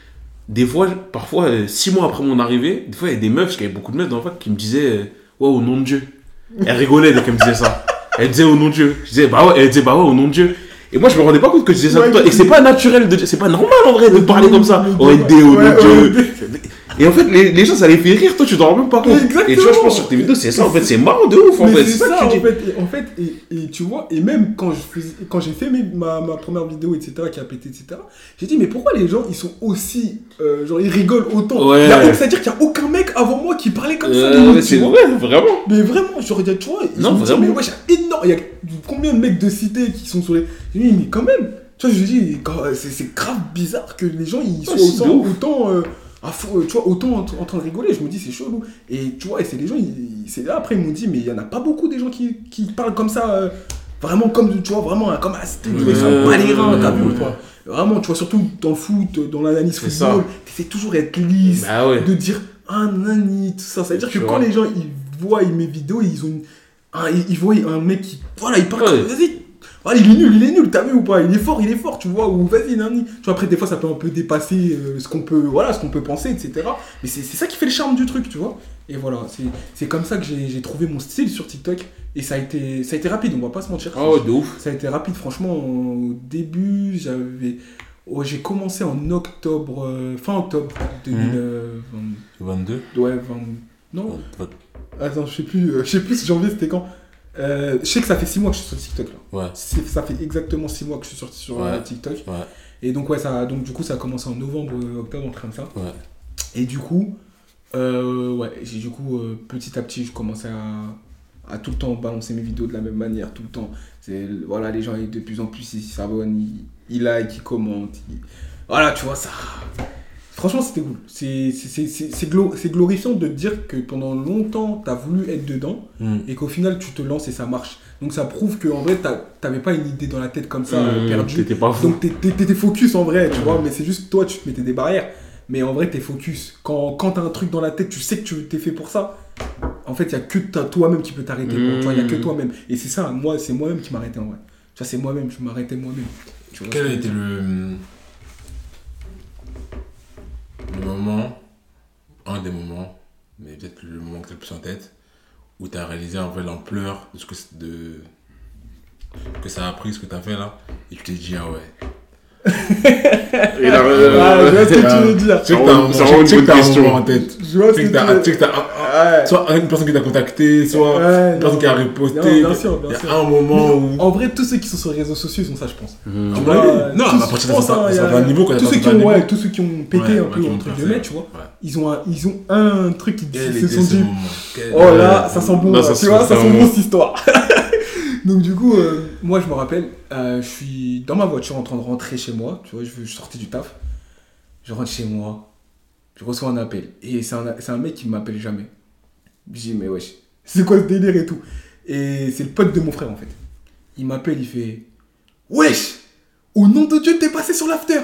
des fois, parfois, euh, six mois après mon arrivée, des fois, il y a des meufs, parce qu'il y avait beaucoup de meufs dans le fac, qui me disaient, euh, ouais, au nom de Dieu. Elle rigolait dès qu'elle me disait ça. Elle disait au nom de Dieu. Je disais, bah ouais, elle disait, bah ouais, au nom de Dieu. Et moi, je me rendais pas compte que je disais ça Ouais, tout le temps. Et que c'est pas naturel de dire, c'est pas normal en vrai de parler comme ça. O N D, au nom Ouais, de ouais, Dieu. Et en fait, les, les gens, ça les fait rire, toi, tu t'en rends même pas compte. Exactement. Et tu vois, je pense sur tes vidéos, c'est ça, en fait, c'est marrant de ouf, en Mais fait. c'est ça, que en tu dis. fait, et, en fait et, et tu vois, et même quand, je faisais, quand j'ai fait mes- ma, ma première vidéo, et cetera, qui a pété, et cetera, j'ai dit, mais pourquoi les gens, ils sont aussi, euh, genre, ils rigolent autant? Ouais. Il y a- C'est-à-dire qu'il n'y a aucun mec avant moi qui parlait comme ça, Euh, limite, ouais, tu c'est vois. ouais, vraiment. Mais vraiment, genre, il y a- tu vois, et Non, je me dis, vraiment. mais ouais, il y a énorme, il y a combien de mecs de cité qui sont sur les... J'ai dit, mais quand même, tu vois, je me dis, quand- c'est c'est grave bizarre que les gens, ils soient Ouais, c'est autant, de ouf. autant, euh, à fond, euh, tu vois, autant en, en train de rigoler. Je me dis, c'est chelou. Et tu vois, et c'est les gens, ils, ils- c'est là, après, ils m'ont dit, mais il y en a pas beaucoup des gens qui, qui parlent comme ça, euh, vraiment comme, tu vois, vraiment, hein, comme à la cité, tu vois, ils sont pas les reins, t'as vu, ouais. tu vois. Vraiment, tu vois, surtout dans le foot, dans l'analyse C'est football, tu essaies toujours d'être lisse, Bah ouais. de dire, ah, nani, tout ça. Ça veut dire que Tu quand vois. les gens, ils voient mes vidéos, ils ont une- un- ils, ils voient un mec qui, voilà, il parle, Ouais. comme- vas-y, voilà, il est nul, il est nul, t'as vu ou pas? Il est fort, il est fort, tu vois, ou vas-y, nani. Tu vois, après, des fois, ça peut un peu dépasser euh, ce qu'on peut, voilà, ce qu'on peut penser, et cetera. Mais c'est c'est ça qui fait le charme du truc, tu vois. Et voilà, c'est c'est comme ça que j'ai j'ai trouvé mon style sur TikTok. Et ça a été, ça a été rapide, on va pas se mentir. Ah ouais, de ouf. Ça a été rapide, franchement. Au début, j'avais. Oh, j'ai commencé en octobre, euh, fin octobre deux mille vingt. vingt-deux Ouais, vingt. Non, vingt- attends, je sais plus, euh, je sais plus si janvier c'était quand. Euh, je sais que ça fait six mois que je suis sur TikTok là. Ouais. C'est- Ça fait exactement six mois que je suis sorti sur Ouais. euh, TikTok. Ouais. Et donc, ouais, ça, donc du coup, ça a commencé en novembre, euh, octobre, en train de ça. Ouais. Et du coup, euh, ouais, j'ai du coup, euh, petit à petit, je commençais à, à tout le temps balancer mes vidéos de la même manière, tout le temps. C'est, voilà, les gens, ils- de plus en plus, ils s'abonnent, ils, ils like, ils commentent. ils- Voilà, tu vois, ça. Franchement, c'était cool. C'est, c'est, c'est, c'est, c'est glo- c'est glorifiant de te dire que pendant longtemps, t'as voulu être dedans Mm. et qu'au final, tu te lances et ça marche. Donc, ça prouve qu'en vrai, t'as- t'avais pas une idée dans la tête comme ça, euh, Mmh, perdue. T'étais pas fou. Donc t'es- t'es- t'étais focus en vrai, tu vois, mais c'est juste que toi tu te mettais des barrières. Mais en vrai t'es focus. Quand, quand t'as un truc dans la tête, tu sais que tu t'es fait pour ça. En fait, il y a que ta- toi-même qui peut t'arrêter. Mmh. Tu vois, il y a que toi-même. Et c'est ça, moi, c'est moi-même qui m'arrêtais en vrai. Tu vois, c'est moi-même, je m'arrêtais moi-même. Tu vois Quel ce a que je été veux dire le, le moment, un des moments, mais peut-être le moment que tu as le plus en tête, où tu as réalisé en vrai l'ampleur de ce que, c'est- de, que ça a pris, ce que tu as fait là, et tu t'es dit, ah ouais. Et là, Ah, euh, je vois ce que Ah, tu veux dire. Tu sais que t'as un, Ça je sais rend que une bonne t'as un question. moment en tête. Je vois Tu ce sais que que t'as, tu veux tu sais que t'as un- Ouais. soit une personne qui t'a contacté, soit Ouais, une personne non. qui a reposté. Non, bien sûr, bien Il y a sûr. un moment où. En vrai, tous ceux qui sont sur les réseaux sociaux, ils ont ça, je pense. Mmh. Tu Ah vois, ouais, euh, non, tous- à partir je d'un pense, certain- hein, il y a- certain niveau, quand tous t'as ceux un qui certain ont, ouais, niveau. tous ceux qui ont pété Ouais, un ouais, peu qui ont entre percé. guillemets, tu vois, Ouais. ils ont un, ils ont un truc qui Quel se était sont ce dit. moment? Quel- Oh là, ça sent bon, Là, là, ça tu sent vois, ça sent vraiment- bon cette histoire. Donc du coup, euh, moi je me rappelle, euh, je suis dans ma voiture en train de rentrer chez moi, tu vois, je, je sortais du taf, je rentre chez moi, je reçois un appel, et c'est un, c'est un mec qui m'appelle jamais. Je dis mais wesh, c'est quoi ce délire et tout. Et c'est le pote de mon frère en fait. Il m'appelle, il fait wesh, au nom de Dieu t'es passé sur l'after.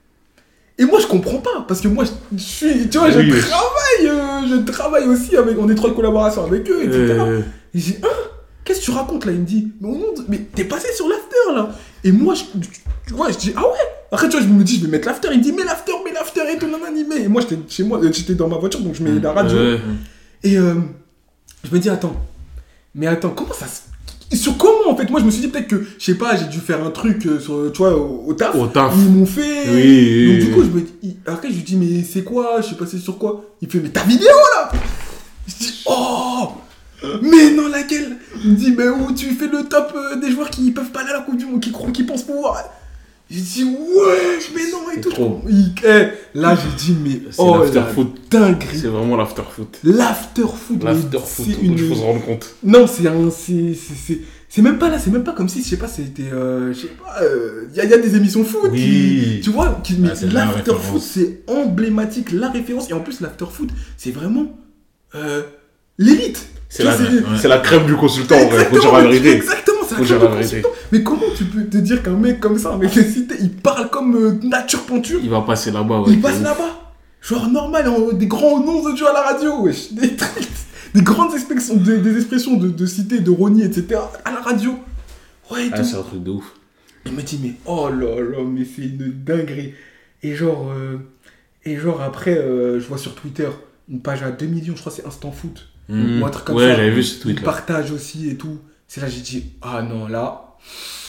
Et moi je comprends pas, parce que moi je, je suis, tu vois, je oui, travaille, euh, je travaille aussi avec, en étroite collaboration avec eux, et cetera. Euh... Et j'ai dit, hein, qu'est-ce que tu racontes là? Il me dit, mais, au nom de... mais t'es passé sur l'after là. Et moi, je, tu vois, je dis, ah ouais. Après, tu vois, je me dis, je vais mettre l'after. Il me dit, mais l'after, mais l'after et tout, nanani, mais. Et moi, j'étais chez moi, j'étais dans ma voiture, donc je mets la radio. Euh... Et euh, je me dis, attends, mais attends, comment ça se. Sur comment en fait? Moi je me suis dit peut-être que, je sais pas, j'ai dû faire un truc euh, sur, tu vois, au, au taf. Au taf. Ils m'ont fait. Oui. Donc du coup, je me dis, après je lui dis, mais c'est quoi? Je suis passé sur quoi? Il fait, mais ta vidéo là! Je dis, oh! Mais non, laquelle? Il me dit, mais où tu fais le top euh, des joueurs qui peuvent pas aller à la Coupe du Monde, qui, qui pensent pouvoir. J'ai dit, ouais, mais non, et C'est tout. trop. Il, eh, là, j'ai dit, mais C'est oh, l'after-foot. dinguerie. C'est vraiment l'after-foot. L'after-foot. L'after-foot, c'est il une... faut se rendre compte. Non, c'est un. C'est, c'est, c'est, c'est même pas là, c'est même pas comme si, je sais pas, c'était. Euh, je sais pas, il euh, y, y a des émissions foot. Oui. Qui, tu vois, qui, mais Ah, c'est la l'after-foot, référence. c'est emblématique, la référence. Et en plus, l'after-foot, c'est vraiment. Euh, l'élite. C'est Tu la, vois, ouais. c'est la crème du consultant, en vrai, faut dire la vérité. Exactement, c'est la Faut crème dire la du vérité. consultant. Mais comment tu peux te dire qu'un mec comme ça, avec les cités, il parle comme euh, nature peinture, Il va passer là-bas, ouais. il passe là-bas. Genre normal, en- des grands noms de Dieu à la radio, wesh. Des, trucs- des grandes expressions, des, des expressions de, de cité, de Rony, et cetera à la radio. Ouais, et Ah, tout. c'est un truc de ouf. Il me dit, mais oh là là, mais c'est une dinguerie. Et genre, euh, et genre après, euh, je vois sur Twitter une page à deux millions, je crois que c'est Instant Foot. Mmh. Ou un truc comme Ouais, ça. j'avais vu ce Il tweet-là. partage aussi et tout. C'est là j'ai dit, ah non, là,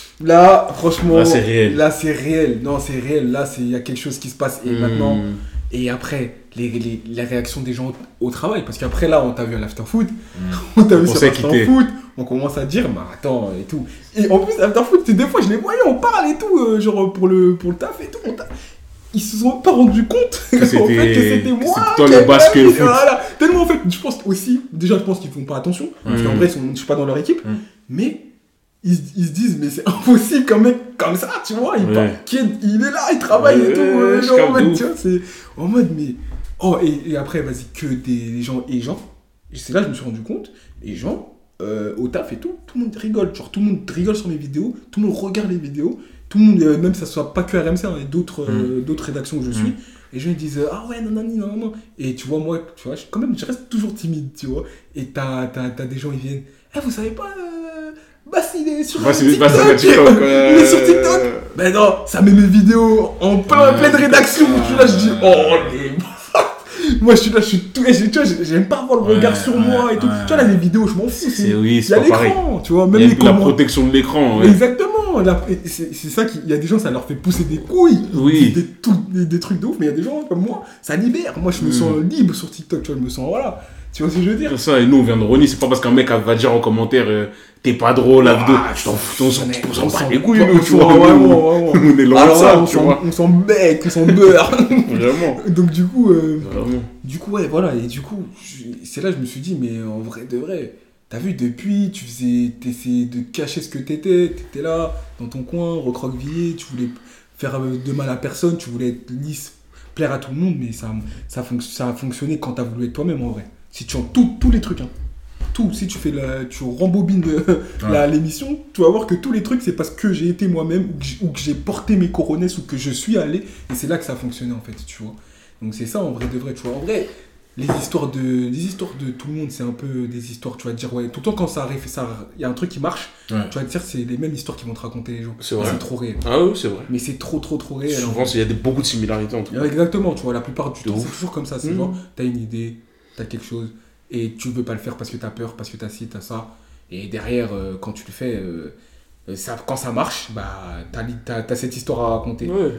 là, franchement, Là, c'est réel. Là, c'est réel. Non, c'est réel. Là, c'est- il y a quelque chose qui se passe. Et Mmh. maintenant, et après, les, les, les réactions des gens au, au travail. Parce qu'après, là, on t'a vu à l'afterfoot. On t'a On vu sur sait quitter. l'afterfoot. On commence à dire, mais attends, et tout. Et en plus, l'afterfoot, c'est des fois, je les voyais, on parle et tout, euh, genre pour le, pour le taf et tout. on t'a- Ils se sont pas rendus compte Que en fait, c'était- que c'était que moi. c'était toi qui le avais basket mis, foot. voilà. Tellement en fait, je pense aussi, déjà, je pense qu'ils font pas attention. Parce Mm. qu'en vrai, ils sont, je suis pas dans leur équipe. Mm. Mais ils, ils se disent, mais c'est impossible qu'un mec comme ça, tu vois, il, Ouais. part- qui est, il est là, il travaille et Ouais, tout. euh, je genre, en capte de mode, ouf. tu vois, c'est en mode, mais. Oh, et, et après, vas-y, que des gens et gens. Et c'est là que je me suis rendu compte, les gens, euh, au taf et tout, tout le monde rigole. Genre, tout le monde rigole sur les vidéos, tout le monde regarde les vidéos, tout le monde, euh, même ça soit pas que R M C, hein, et d'autres euh, d'autres rédactions où je suis. Et les gens ils disent, euh, ah ouais, non, non, non, non. Et tu vois, moi, tu vois, je, quand même, je reste toujours timide, tu vois. Et t'as, t'as, t'as des gens, ils viennent, eh, vous savez pas, euh, bah, il est sur Bah, c'est TikTok. bah, c'est la TikTok. Il est sur TikTok. Ben non, ça met mes vidéos en plein, Ouais. pleine rédaction. Je suis là, je dis, oh, les... Moi, je suis là, je suis tout. Tu vois, j'aime pas avoir le regard Ouais, sur ouais, moi et tout. ouais. Tu vois, là, les vidéos, je m'en fous. C'est- oui, Il y c'est a pas pareil. l'écran, tu vois, même Il y les a la commentaires. protection de l'écran, ouais. Exactement, la- et c'est c'est ça qu'il y a des gens, ça leur fait pousser des couilles, Oui. des, tout- des, des trucs de ouf, mais il y a des gens comme moi, ça libère. Moi, je me Mm. sens libre sur TikTok, tu vois, je me sens, voilà. Tu vois ce que je veux dire? Ça, et nous, on vient de Ronnie, c'est pas parce qu'un mec va dire en commentaire euh, t'es pas drôle, la Ah, vidéo. je T'en fous, on s'en on s'en bat s'en- les couilles, on nous, tu s'en- vois. vraiment, nous, vraiment. On est loin de Alors là, ça, on tu s'en- vois. on s'en bec, on s'en beurre. Vraiment. Donc, du coup, euh, Vraiment. du coup, ouais, voilà, et du coup, je- c'est là que je me suis dit, mais en vrai de vrai, t'as vu, depuis, tu faisais, t'essayais de cacher ce que t'étais, t'étais là, dans ton coin, recroquevillé, tu voulais faire euh, de mal à personne, tu voulais être lisse, plaire à tout le monde, mais ça, ça, fonc- ça a fonctionné quand t'as voulu être toi-même, en vrai. Si tu en tout, tous les trucs, hein. Tout, si tu fais la, tu rembobines le- la- l'émission, tu vas voir que tous les trucs, c'est parce que j'ai été moi-même, ou que j'ai- ou que j'ai porté mes coronesses, ou que je suis allé, et c'est là que ça a fonctionné, en fait, tu vois. Donc c'est ça, en vrai de vrai, tu vois. En vrai, les histoires de, les histoires de tout le monde, c'est un peu des histoires, tu vas te dire, ouais, tout le temps quand ça arrive, ça, il y a un truc qui marche, Ouais. tu vas te dire, c'est les mêmes histoires qui vont te raconter les gens. C'est Et vrai. C'est trop réel. Ah oui, c'est vrai. Mais c'est trop, trop, trop réel. en Souvent, fait. il y a des- beaucoup de similarités entre Ouais, exactement, tu vois, la plupart du De temps, ouf. c'est toujours comme ça. C'est Mmh. genre, t'as une idée, t'as quelque chose, et tu veux pas le faire parce que t'as peur, parce que t'as ci, t'as ça. Et derrière, euh, quand tu le fais, euh, euh, ça, quand ça marche, bah, t'as, li- t'as, t'as cette histoire à raconter. Ouais.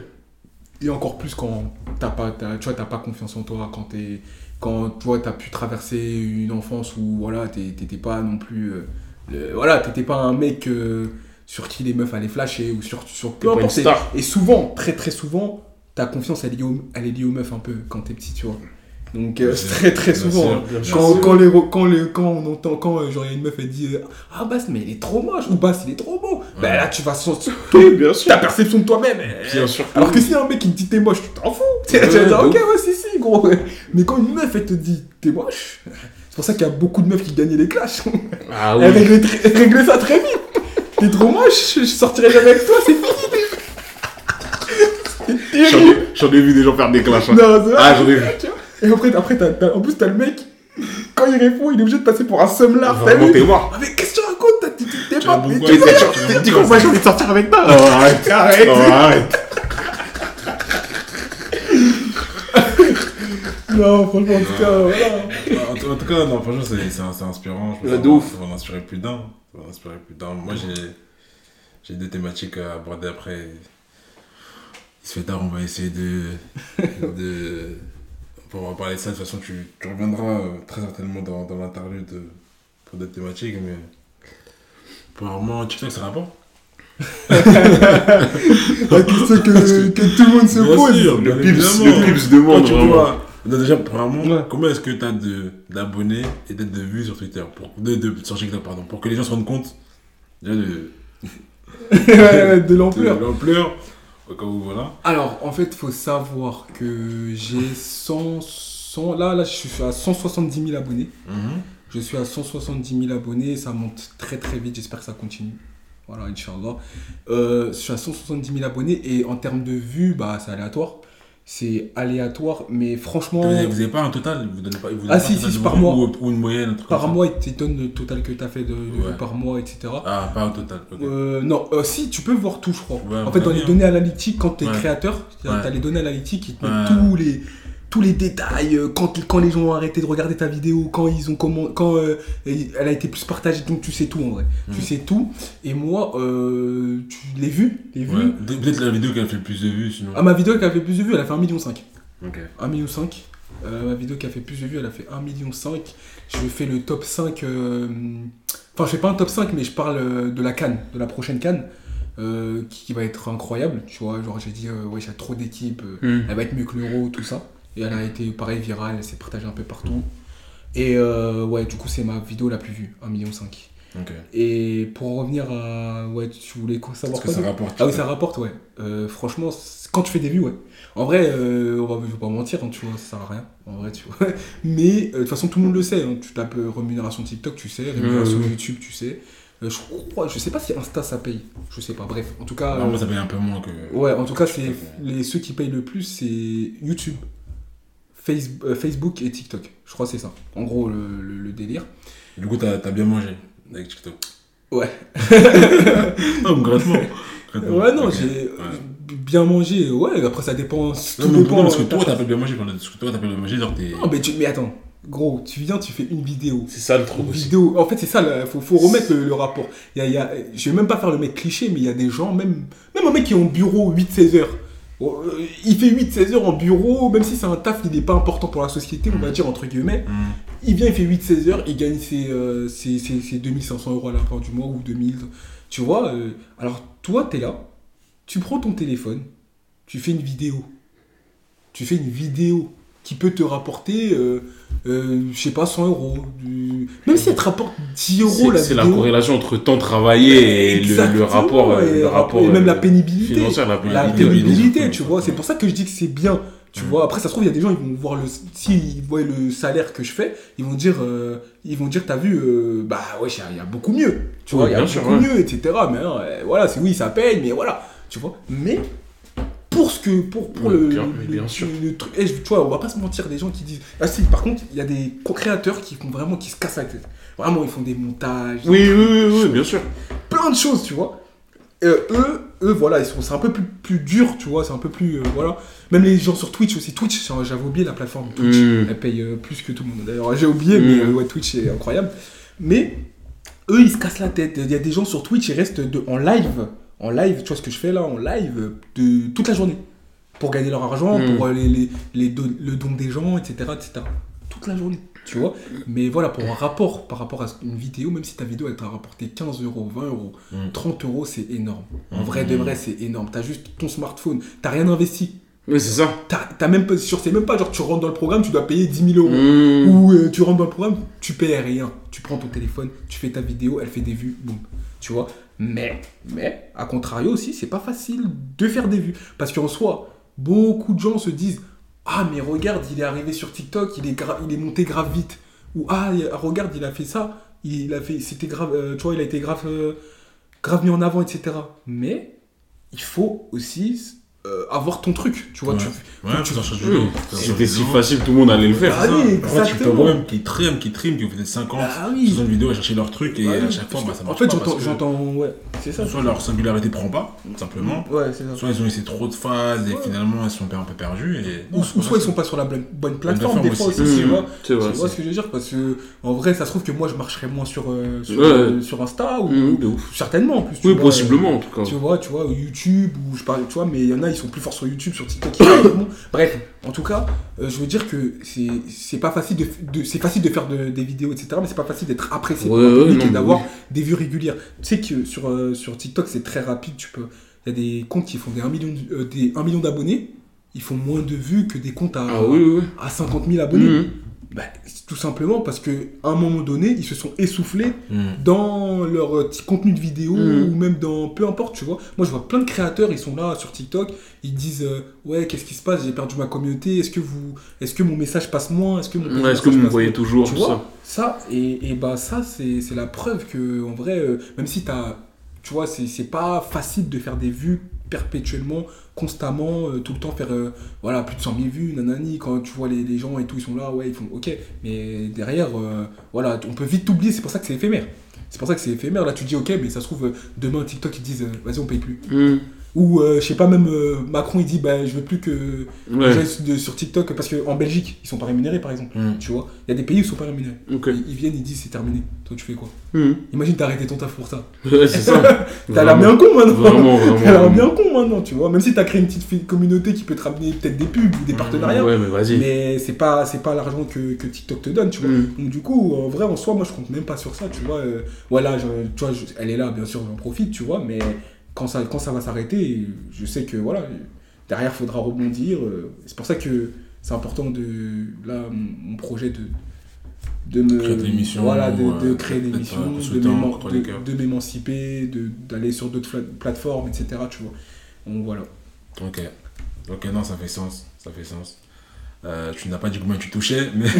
Et encore plus quand t'as pas, t'as, tu vois, t'as pas confiance en toi, quand t'es, quand tu vois, t'as pu traverser une enfance où voilà, t'es- t'étais pas non plus, euh, le- voilà, t'étais pas un mec euh, sur qui les meufs allaient flasher ou sur, sur peu T'es pas une importe. star. Et souvent, très très souvent, ta confiance elle est, liée aux, elle est liée aux meufs un peu quand t'es petit, tu vois. Donc euh, Bien sûr, très très bien souvent, sûr, hein. bien sûr. quand, quand, les, quand, les, quand on entend, quand euh, genre il y a une meuf elle dit euh, ah Bass mais il est trop moche ou Bass il est trop beau, Ouais. bah là tu vas sentir Oui, bien sûr. ta perception de toi-même. euh, Bien sûr. Alors que si un mec il te dit t'es moche, tu t'en fous. Tu Ouais, vas dire de ok ouf. ouais si si gros. Mais quand une meuf elle te dit t'es moche, c'est pour ça qu'il y a beaucoup de meufs qui gagnaient les clashs. Ah Elle oui. réglait, tr- elle réglait ça très vite. T'es trop moche, je sortirai jamais avec toi, c'est fini. C'est J'en terrible. ai, j'en ai vu des gens faire des clashs. hein. Non, c'est vrai. Ah, j'en ai vu. Tu vois. Et après, après t'as, t'as- en plus, t'as le mec, quand il répond, il est obligé de passer pour un seumlard. T'as Vraiment, vu t'es mort. Ah, mais qu'est-ce que tu racontes T'as- T'es t'es Tu pas. vas mais beaucoup tu aller- vois, tu genre, vas t'es- beaucoup Dis qu'on va jamais sortir avec toi. Oh, arrête. Arrête. Oh, arrête. Non, franchement, en tout cas, voilà. En, tout- en tout cas, non, franchement, c'est, c'est, c'est inspirant. Je pense Ouais, que de ça va- ouf. ça va en inspirer plus d'un. Ça va en inspirer plus d'un. Moi, j'ai, j'ai deux thématiques à aborder après. Il se fait tard, on va essayer de. de... Bon, on va parler de ça. De toute façon, tu, tu reviendras euh, très certainement dans, dans l'interlude euh, pour d'autres thématiques. Mais. Apparemment, TikTok, ça rapporte. La question que, que tout le monde se Bien pose. sûr. Le Bien pips, évidemment. le pips Quand demande tu vraiment. vois, non, déjà, apparemment, Ouais. combien est-ce que tu as de, d'abonnés et peut-être de vues sur Twitter pour, de, de, sur TikTok, pardon, pour que les gens se rendent compte déjà de, Ouais, de de l'ampleur. l'ampleur. Au cas où, voilà. Alors, en fait, faut savoir que j'ai cent, cent. Là, là, je suis à cent soixante-dix mille abonnés. Je suis à cent soixante-dix mille abonnés, ça monte très très vite, j'espère que ça continue. Voilà, Inch'Allah. Euh, je suis à cent soixante-dix mille abonnés et en termes de vues, bah, c'est aléatoire. C'est aléatoire, mais franchement, Vous n'avez pas un total vous donnez pas, vous donnez Ah, pas si, un total si, de par vues mois. Ou, ou une moyenne, un truc par comme ça. mois, ils te donnent le total que tu as fait de, de vues Ouais. par mois, et cetera. Ah, pas un total. Ok. Euh, non, euh, si, tu peux voir tout, je crois. Ouais, en fait, on dans va les bien. données analytiques, quand tu es Ouais. créateur, tu as Ouais. les données analytiques, ils te mettent Ouais. tous les, tous les détails, euh, quand, quand les gens ont arrêté de regarder ta vidéo, quand, ils ont comment, quand euh, elle a été plus partagée, donc tu sais tout en vrai. Mhm. Tu sais tout. Et moi, euh, tu les vues, les vues. Ouais. Peut-être la vidéo qui a fait le plus de vues, sinon. Ah, ma vidéo qui a fait plus de vues, elle a fait un virgule cinq million. Ok. un virgule cinq million. Euh, ma vidéo qui a fait plus de vues, elle a fait un virgule cinq million. Je fais le top cinq. euh, Enfin, je fais pas un top cinq, mais je parle euh, de la CAN, de la prochaine CAN, euh, qui, qui va être incroyable. Tu vois, genre j'ai dit, euh, ouais, j'ai trop d'équipes, euh, Mm. elle va être mieux que l'Euro, tout ça. Et elle a été pareil, virale, elle s'est partagée un peu partout. Et euh, ouais, du coup, c'est ma vidéo la plus vue, un virgule cinq million. Ok. Et pour en revenir à. Ouais, tu voulais savoir Parce que quoi ça d'autre rapporte. Ah oui, ça rapporte, ouais. Euh, franchement, c'est- quand tu fais des vues, ouais. En vrai, euh, on va, je vais pas mentir, hein, tu vois, ça sert à rien. En vrai, tu vois. Mais euh, de toute façon, tout le monde le sait. Hein. Tu tapes euh, rémunération TikTok, tu sais. Rémunération Mmh. YouTube, tu sais. Euh, je crois, je sais pas si Insta ça paye. Je sais pas. Bref, en tout cas. Non, euh, moi, ça paye un peu moins que. ouais, en tout cas, c'est TikTok, ouais. les ceux qui payent le plus, c'est YouTube, Face- euh, Facebook et TikTok. Je crois que c'est ça. En gros, le, le- le délire. Du coup, t'as, t'as bien mangé avec TikTok. Ouais. Non, concrètement. Concrètement. Ouais, non, Ok. j'ai Ouais. bien mangé. Ouais, après ça dépend. Tout Non, mais dépend. non, parce que euh, toi, ta- t'as pas bien mangé. Parce que toi, t'as pas bien mangé, genre t'es. Non, mais, tu- mais attends, gros, tu viens, tu fais une vidéo. C'est ça le truc Une aussi. vidéo. En fait, c'est ça, il faut, faut remettre le, le rapport. Il y a, il y a, je vais même pas faire le mec cliché, mais il y a des gens, même, même un mec qui est en bureau huit seize heures. Bon, euh, Il fait huit seize heures en bureau, même si c'est un taf, il n'est pas important pour la société, on va dire, entre guillemets. Mmh. Il vient, il fait huit seize heures, il gagne ses, euh, ses, ses, ses deux mille cinq cents euros à la fin du mois ou deux mille. Tu vois, euh, alors toi, t'es là, tu prends ton téléphone, tu fais une vidéo. Tu fais une vidéo qui peut te rapporter, euh, euh, je sais pas, cent euros. Du... Même si elle te rapporte dix euros C'est la c'est la vidéo. corrélation entre temps travaillé et le, le Exactement, rapport, euh, et, le rapport et même la euh, pénibilité. financier, la La pénibilité. pénibilité, oui, tu oui. vois. C'est pour ça que je dis que c'est bien. Tu Mm. vois, après, ça se trouve, il y a des gens, ils vont voir le. S'ils voient le salaire que je fais, ils vont dire, euh, ils vont dire, t'as vu, euh, bah ouais, il y a beaucoup mieux. Tu Oui, vois, il y a bien sûr, beaucoup ouais. mieux, et cetera. Mais non, euh, voilà, c'est oui, ça paye, mais voilà. Tu vois. Mais pour ce que. Pour, pour Oui, le, bien- le, bien le- sûr. le truc. Et je- tu vois, on va pas se mentir, des gens qui disent. Ah si, par contre, il y a des co-créateurs qui font vraiment, qui se cassent la tête. Vraiment, ils font des montages. Oui, oui, oui, oui, bien sûr. Plein de choses, tu vois. Euh, eux, eux, voilà, ils sont, c'est un peu plus, plus dur, tu vois, c'est un peu plus, euh, voilà. Même les gens sur Twitch aussi, Twitch, genre, j'avais oublié la plateforme Twitch, Mm. elle paye euh, plus que tout le monde. D'ailleurs, j'ai oublié, Mm. mais euh, ouais, Twitch c'est incroyable. Mais eux, ils se cassent la tête. Il y a des gens sur Twitch, ils restent de, en live, en live, tu vois ce que je fais là, en live, euh, de toute la journée, pour gagner leur argent, Mm. pour euh, les, les, les don- le don des gens, et cetera, et cetera. Toute la journée, tu vois. Mais voilà, pour un rapport par rapport à une vidéo, même si ta vidéo elle t'a rapporté quinze euros, vingt euros, Mm. trente euros, c'est énorme. En Mm. vrai de vrai, c'est énorme. T'as juste ton smartphone, t'as rien investi. Oui, c'est ça. T'as, t'as même pas, sur, c'est même pas genre tu rentres dans le programme, tu dois payer dix mille euros. Mmh. Ou euh, tu rentres dans le programme, tu payes rien. Tu prends ton téléphone, tu fais ta vidéo, elle fait des vues, boum. Tu vois. Mais, mais, à contrario aussi, c'est pas facile de faire des vues. Parce qu'en soi, beaucoup de gens se disent ah, mais regarde, il est arrivé sur TikTok, il est, gra- il est monté grave vite. Ou ah, regarde, il a fait ça, il a fait, c'était grave, euh, tu vois, il a été grave, euh, grave mis en avant, et cetera. Mais il faut aussi euh, avoir ton truc, tu vois. Ouais. Tu, Ouais, tu, tu, tu, Si c'était si facile, tout le monde allait le faire. Ah oui, Après, tu peux exactement. voir même qui triment, qui triment, qui ont fait cinquante, Ah oui. soixante vidéos à chercher leur truc et Ah oui, à chaque fois, bah, ça en marche fait, pas. j'entends, parce que j'entends, ouais, c'est ça. soit leur singularité prend pas, tout simplement. Ouais, c'est ça. Soit ils ont laissé trop de phases et Ouais. finalement ils sont un peu perdus. Et... Ou, Non, ou c'est pas soit ils ça. sont pas sur la bonne, bonne plateforme, plateforme des fois aussi, aussi. tu Mmh, vois. c'est vrai. Tu vois ce que je veux dire? Parce que, en vrai, ça se trouve que moi, je marcherais moins sur, euh, sur, Ouais. euh, sur Insta, ou Mmh, de ouf. certainement, en plus. tu Oui, vois, possiblement, en tout cas. Tu vois, tu vois, YouTube, ou je parle, tu vois, mais il y en a, ils sont plus forts sur YouTube, sur TikTok. ils parlent beaucoup. Bref, en tout cas, euh, je veux dire que c'est, c'est pas facile de, de- c'est facile de faire de- des vidéos, et cetera, mais c'est pas facile d'être apprécié Ouais, par le ouais, public non, et mais d'avoir oui. des vues régulières. Tu sais que sur, euh, sur TikTok, c'est très rapide, tu peux, il y a des comptes qui font des un million, euh, des un million d'abonnés, ils font moins de vues que des comptes à, Ah oui, oui, oui. à cinquante mille abonnés. Mmh. Bah, c'est tout simplement parce qu'à un moment donné, ils se sont essoufflés Mm. dans leur euh, petit contenu de vidéo Mhm. ou même dans peu importe, tu vois. Moi, je vois plein de créateurs, ils sont là sur TikTok, ils disent euh, ouais, qu'est-ce qui se passe, j'ai perdu ma communauté, est-ce que vous, est-ce que mon message passe moins, est-ce que mon Ouais, est-ce message que vous me passe voyez moins toujours, tu tout vois, ça ça et, et bah ça c'est, c'est la preuve que en vrai, euh, même si t'as, tu vois, c'est, c'est pas facile de faire des vues perpétuellement, constamment, euh, tout le temps faire euh, voilà, plus de cent mille vues, nanani, quand tu vois les, les gens et tout, ils sont là, ouais, ils font ok, mais derrière, euh, voilà, on peut vite t'oublier, c'est pour ça que c'est éphémère. C'est pour ça que c'est éphémère, là tu dis ok, mais ça se trouve, euh, demain TikTok ils disent, euh, vas-y on paye plus. Mmh. Ou euh, je sais pas, même euh, Macron il dit, bah je veux plus que Ouais. les gens de- sur TikTok, parce qu'en Belgique, ils sont pas rémunérés par exemple, Mm. tu vois, il y a des pays où ils sont pas rémunérés. Ok. Ils, ils viennent, ils disent c'est terminé, toi tu fais quoi? Mmh. Imagine t'as arrêté ton taf pour ça. Ouais, c'est ça. T'as l'air bien con maintenant. Vraiment, vraiment. T'as l'air bien con maintenant, tu vois. Même si t'as créé une petite fi- communauté qui peut te ramener peut-être des pubs ou des partenariats. Ouais, mais vas-y. Mais c'est pas, c'est pas l'argent que, que TikTok te donne, tu vois. Mm. Donc du coup, en vrai, en soi, moi je compte même pas sur ça, tu vois. Euh, voilà, je- tu vois, je- elle est là, bien sûr, j'en profite, tu vois. Mais quand ça, quand ça va s'arrêter, je sais que voilà, derrière, faudra rebondir. euh, C'est pour ça que c'est important de, là, mon, mon projet de de me Créer des émissions, voilà de, de euh, créer des d'être émissions, un de, consultant m'éman- contre les de, cœurs. de m'émanciper, de d'aller sur d'autres fla- plateformes, et cetera. Tu vois. Donc voilà. Ok. Ok, non, ça fait sens. Ça fait sens. Euh, tu n'as pas dit combien tu touchais, mais.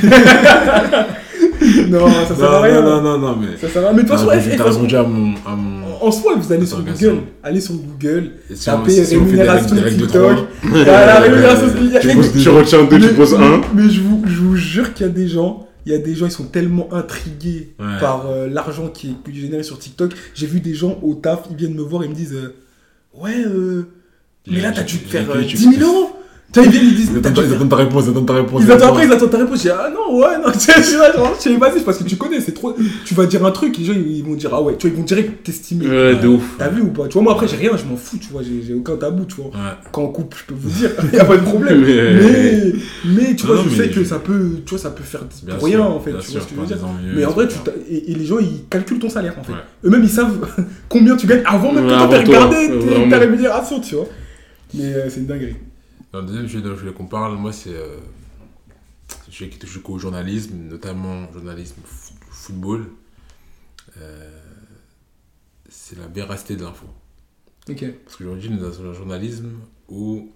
Non, ça sert à non, rien. non, non, non, mais. Ça sert à rien. Mais de toute façon, T'as eh, eh, de répondu, toute t'as façon, répondu à mon. À mon... en soi, vous allez sur Interrogation. Google, allez sur Google, Et si on- tapez si on fait des rémunération règles- des règles de TikTok. trois, Voilà, rémunération TikTok. Tu, Mais- poses- tu retiens deux, tu mais- poses un. Mais, mais je, vous, je vous jure qu'il y a des gens, il y a des gens, ils sont tellement intrigués Ouais. par euh, l'argent qui est, qui est généré sur TikTok. J'ai vu des gens au taf, ils viennent me voir et ils me disent euh, ouais, euh, mais là t'as dû te J'ai- faire j'ai- euh, j'ai- dix mille euros. Tu vois, ils viennent, ils disent Ils t'as attendent dû ta- ils faire- attendent ta réponse, ils attendent ta réponse. Ils attendent après, ils attendent ta réponse. Je dis, ah non, ouais, non, tu sais, je suis là, genre, je dis, vas-y, c'est parce que tu connais, c'est trop. Tu vas dire un truc, les gens, ils ils vont dire, ah ouais, tu vois, ils vont direct t'estimer. Ouais, de ouf. T'as vu ou pas? Tu vois, moi après, j'ai rien, je m'en fous, tu vois, j'ai j'ai aucun tabou, tu vois. Ouais. Quand on coupe, je peux vous dire, il n'y a pas de problème. Mais- Mais, mais tu Non, vois, non, je mais sais que je- ça peut, tu vois, ça peut faire Bien pour rien, sûr, en fait, bien tu sûr, vois ce que je pas veux dire. des envieux, Mais en vrai, tu et cetera. t'as- et, et les gens, ils calculent ton salaire, en fait. Ouais. Eux-mêmes, ils savent combien tu gagnes avant même que Ouais, toi, t'aies avant toi, regardé ouais, tes- vraiment. ta rémunération, tu vois. Mais euh, c'est une dinguerie. Le deuxième sujet dont je voulais qu'on parle, moi, c'est euh, c'est un sujet qui touche au journalisme, notamment journalisme f- football. Euh, c'est la véracité de l'info. Ok. Parce qu'aujourd'hui, nous sommes dans un journalisme où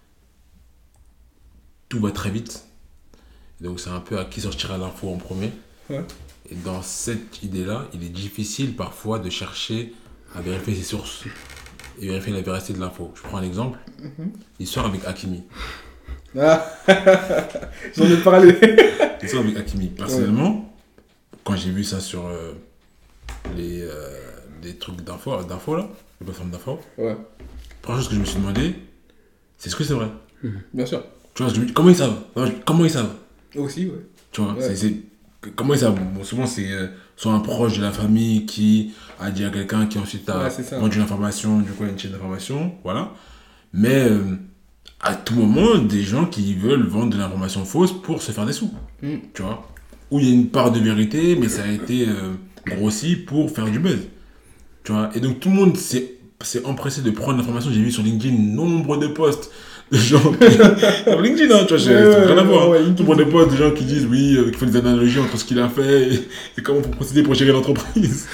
tout va très vite. Et donc, c'est un peu à qui sortira l'info en premier. Ouais. Et dans cette idée-là, il est difficile parfois de chercher à vérifier ses sources et vérifier la véracité de l'info. Je prends un exemple. L'histoire avec Hakimi. Ah, j'en ai parlé. L'histoire avec Hakimi. Personnellement, quand j'ai vu ça sur euh, les, euh, les trucs d'info, d'info là, les plateformes d'info, Ouais, première chose que je me suis demandé, c'est est-ce que c'est vrai? bien sûr. Tu vois, je me dis, comment ils savent? Non, je- Comment ils savent? Aussi, ouais. Tu vois, Ouais. c'est, c'est- comment ils savent? Bon, souvent, c'est euh, soit un proche de la famille qui a dit à quelqu'un qui ensuite a Ouais, c'est ça. vendu l'information, du coup, il y a une chaîne d'information, voilà. Mais euh, à tout moment, des gens qui veulent vendre de l'information fausse pour se faire des sous, Mm. tu vois. Où il y a une part de vérité, mais ça a été euh, grossi pour faire du buzz, tu vois. Et donc, tout le monde s'est, s'est empressé de prendre l'information. J'ai vu sur LinkedIn nombre de posts des gens sur LinkedIn, hein, tu vois, j'ai Ouais, rien à ouais, voir. ouais, Hein. Tout mon des potes, des gens qui disent oui, euh, qui font des analogies entre ce qu'il a fait et, et comment faut procéder pour gérer l'entreprise.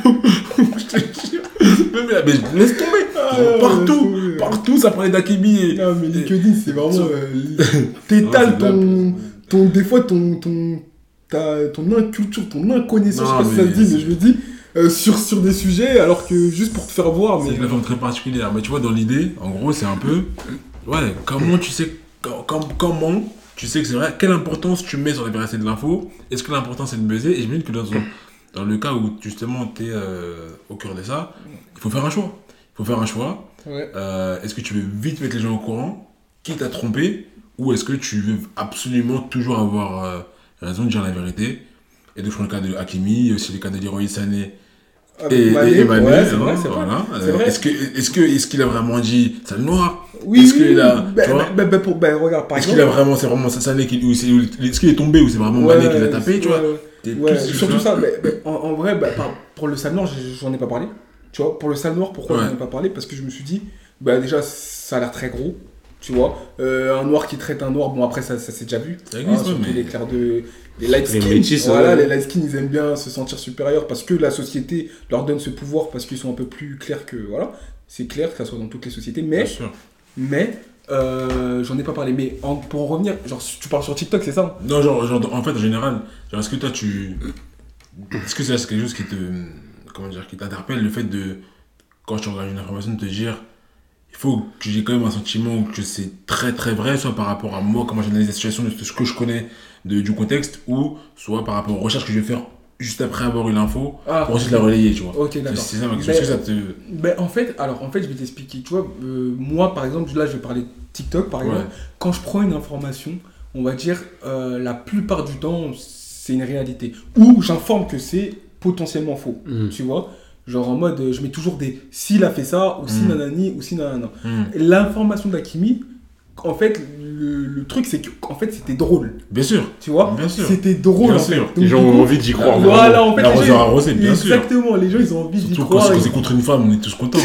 Je te jure. Mais, mais, mais laisse tomber. Ah, partout, ouais, ouais. partout, ça parlait d'Akimi. Et... Non, mais LinkedIn, c'est vraiment. Euh, T'étales Non, c'est ton, ton. Des fois, ton. ton ta, ton inculture, ton inconnaissance, Non, je sais pas si ça mais se dit, c'est- mais je le dis, euh, sur, sur des sujets, alors que juste pour te faire voir. C'est Mais... une forme très particulière. Mais tu vois, dans l'idée, en gros, c'est un peu. Ouais, comment tu sais. com- com- Comment tu sais que c'est vrai? Quelle importance tu mets sur la véracité de l'info? Est-ce que l'important c'est de buzzer? Et je me dis que dans, dans le cas où justement tu es euh, au cœur de ça, il faut faire un choix. Il faut faire un choix. Ouais. Euh, est-ce que tu veux vite mettre les gens au courant, quitte à tromper, ou est-ce que tu veux absolument toujours avoir euh, raison de dire la vérité? Et donc, je prends le cas de Hakimi, il y a aussi le cas de Leroy Sané. Avec Et, Mané, et Mané, ouais, c'est hein, vrai, c'est vrai. voilà. C'est Euh, vrai. Est-ce que, est-ce que, est-ce qu'il a vraiment dit salle noire? Oui, Est-ce oui, qu'il oui. a, Ben, tu vois, ben, ben, pour, ben, regarde, par est-ce exemple. qu'il a vraiment, c'est vraiment Sané qui, ou c'est, est-ce qu'il est tombé ou c'est vraiment Ouais, Mané qui l'a tapé, tu ouais, vois? ouais. T'es Ouais, plus sur surtout ça, mais, mais en, en vrai, bah, par- pour le sale noir, j'ai- j'en ai pas parlé. Tu vois, pour le sale noir, pourquoi Ouais. j'en ai pas parlé? Parce que je me suis dit, bah déjà, ça a l'air très gros. Tu vois, euh, un noir qui traite un noir, bon après ça, ça s'est déjà vu. Ça existe, Hein, surtout mais- les clairs de. Les light Les skins. métis, Voilà, ouais. les light skins, ils aiment bien se sentir supérieurs parce que la société leur donne ce pouvoir parce qu'ils sont un peu plus clairs que. Voilà, c'est clair que ça soit dans toutes les sociétés, mais. Bien sûr. Mais. Euh, j'en ai pas parlé, mais en- pour en revenir, genre tu parles sur TikTok, c'est ça? Non, genre, genre, en fait, en général, genre, est-ce que toi, tu... Est-ce que c'est c'est quelque chose qui te... Comment dire, qui t'interpelle, le fait de, quand tu regardes une information, de te dire, il faut que j'ai quand même un sentiment que c'est très très vrai, soit par rapport à moi, comment j'analyse la situation, de ce que je connais de, du contexte, ou soit par rapport aux recherches que je vais faire juste après avoir eu l'info, Ah, pour ensuite la relayer, tu vois. ok, C'est d'accord. c'est ça ma question. Mais- Est-ce que ça te... Ben, en fait, alors en fait, je vais t'expliquer. Tu vois, euh, moi par exemple, là je vais parler de TikTok par Ouais. exemple. Quand je prends une information, on va dire euh, la plupart du temps c'est une réalité. Ou j'informe que c'est potentiellement faux. Mm. Tu vois, genre en mode euh, je mets toujours des s'il a fait ça, ou si Mm. nanani, ou si nanana. Hmm. Et l'information d'Hakimi, en fait, le, le truc c'est que en fait c'était drôle. Bien sûr. Tu vois, Bien sûr. c'était drôle Bien en sûr. fait. Donc, Les gens du ont coup, envie d'y croire. Voilà, en fait, les L'arroseur gens, arrosé, bien sûr. exactement, les gens ils ont envie d'y Surtout quand croire. c'est quand ils- c'est contre une femme, on est tous contents.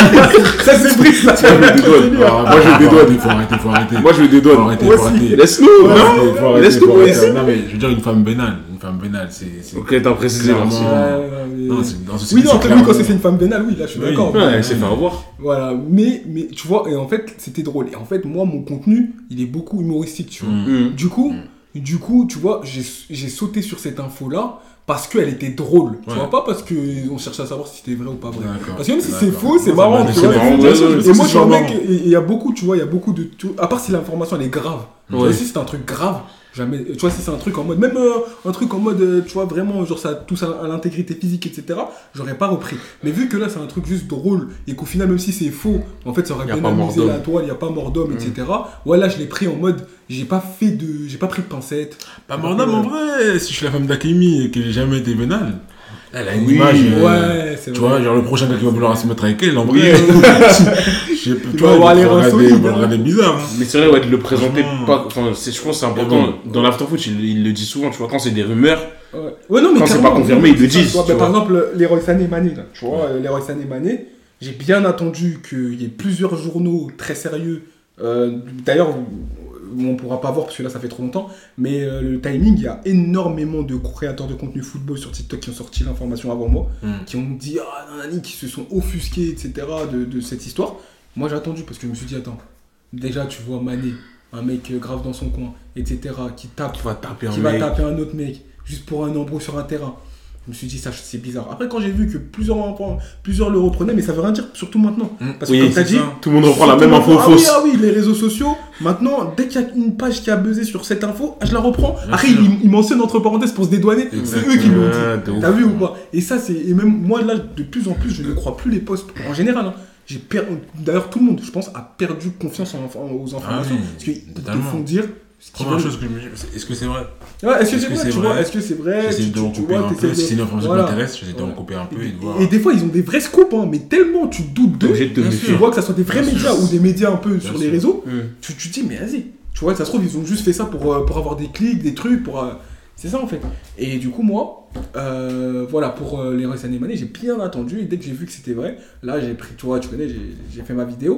Ça c'est Brice là. Moi, je me dédouane. Ah, moi je me dédouane, il faut arrêter, il faut arrêter. Moi, je me Faut dédouane. arrêter, Moi faut aussi. arrêter. Laisse-nous, Faut arrêter, non faut arrêter, Laisse-nous, faut moi arrêter. aussi. Non mais je veux dire une femme vénale, une femme vénale, c'est... c'est- Ok, t'as précisé, Clairement. merci. Non, c'est dans ce Oui, non, c'est t'as vu quand clairement- c'est c'est une femme vénale, oui, là je suis Oui. d'accord. Ouais, c'est faire voir. Voilà, mais, mais tu vois, et en fait, c'était drôle. Et en fait, moi, mon contenu, il est beaucoup humoristique, tu vois. Mm. Du coup, du coup, tu vois, j'ai j'ai sauté sur cette info-là parce qu'elle était drôle. Tu Ouais. vois, pas parce qu'on cherchait à savoir si c'était vrai ou pas vrai. D'accord. Parce que même si c'est D'accord. faux, c'est Non, marrant, ça tu m'a- vois. c'est marrant, Et ouais, ouais, moi, c'est je suis un marrant. mec, et il y a beaucoup, tu vois, il y a beaucoup de. tu- À part si l'information, elle est grave. Tu vois, Ouais. si c'est un truc grave, jamais. Tu vois, si c'est un truc en mode. Même euh, un truc en mode, euh, tu vois, vraiment, genre, ça touche à, à l'intégrité physique, et cetera, j'aurais pas repris. Mais vu que là, c'est un truc juste drôle, et qu'au final, même si c'est faux, en fait, ça aurait Y a bien pas mort amusé d'homme. la toile, il n'y a pas mort d'homme, et cetera. Ouais, là, je l'ai pris en mode. J'ai pas fait de. J'ai pas pris de pincette. Pas mort d'âme, en vrai, si je suis la femme d'Akemi et que j'ai jamais été vénale, elle a une Oui, image. euh, Ouais, c'est Tu vrai. vois, genre le prochain gars qui va vouloir se mettre avec elle, en Oui. vrai. je sais pas, tu vas vois, avoir il les va reins regarder- il solides, va hein. regarder bizarre. hein. Mais c'est vrai, ouais, de le présenter Franchement. pas. Enfin, c'est- je pense que c'est important. bon. Dans l'afterfoot, il, il le dit souvent, tu vois, quand c'est des rumeurs. Ouais. Ouais, non, mais Quand c'est clairement, pas confirmé, ils le ça, disent, tu vois, tu bah, par vois. exemple, Leroy Sané Mané, là, tu vois, euh, Leroy Sané Mané, j'ai bien attendu qu'il y ait plusieurs journaux très sérieux. euh, D'ailleurs, on pourra pas voir parce que là ça fait trop longtemps, mais euh, le timing, il y a énormément de créateurs de contenu football sur TikTok qui ont sorti l'information avant moi, Mm. qui ont dit ah nanani, qui se sont offusqués, et cetera de, de cette histoire. Moi j'ai attendu parce que je me suis dit attends, déjà tu vois Mané, un mec euh, grave dans son coin, et cetera, qui tape, Tu vas taper un qui va mec. taper un autre mec juste pour un embrouille sur un terrain. Je me suis dit ça c'est bizarre. Après quand j'ai vu que plusieurs enfants, plusieurs le reprenaient, mais ça veut rien dire surtout maintenant. Mm. Parce Oui, que comme tu as c'est dit, ça. Tout le monde reprend la surtout même info maintenant- ah oui, fausse. ah oui, les réseaux sociaux, maintenant, dès qu'il y a une page qui a buzzé sur cette info, je la reprends. Bien Après, sûr. ils, ils mentionnent entre parenthèses pour se dédouaner. C'est eux qui l'ont Ouais, dit. de ouf. T'as vu ou pas? Et ça, c'est. Et même moi, là, de plus en plus, je ne crois plus les posts. En général, hein. J'ai per... D'ailleurs, tout le monde, je pense, a perdu confiance en, en- aux informations. oui, parce qu'ils te totalement. font dire ce qu'ils Première veulent. chose que je me dis, c'est est-ce que c'est vrai? Ouais, est-ce que est-ce c'est que vrai, c'est tu vrai vois? Est-ce que c'est vrai? J'essaie Tu- de en tu couper vois, un t'essaies peu. de- Si c'est une information qui voilà. m'intéresse, j'essaie de en Voilà. couper un peu et de voir. Et, et des fois, ils ont des vrais scoops, hein, mais tellement tu doutes T'es d'eux. obligé de te Bien méfier. Tu vois que ça soit des vrais Bien médias sûr. ou des médias un peu Bien sur sûr. les réseaux, Mm. tu, tu te dis, mais vas-y. Tu vois, ça se trouve, ils ont juste fait ça pour, euh, pour avoir des clics, des trucs, pour. euh, C'est ça en fait. Et du coup, moi, euh, voilà, pour euh, les Leroy Sané Mané, j'ai bien attendu. Et dès que j'ai vu que c'était vrai, là, j'ai pris, tu vois, tu connais, j'ai j'ai fait ma vidéo.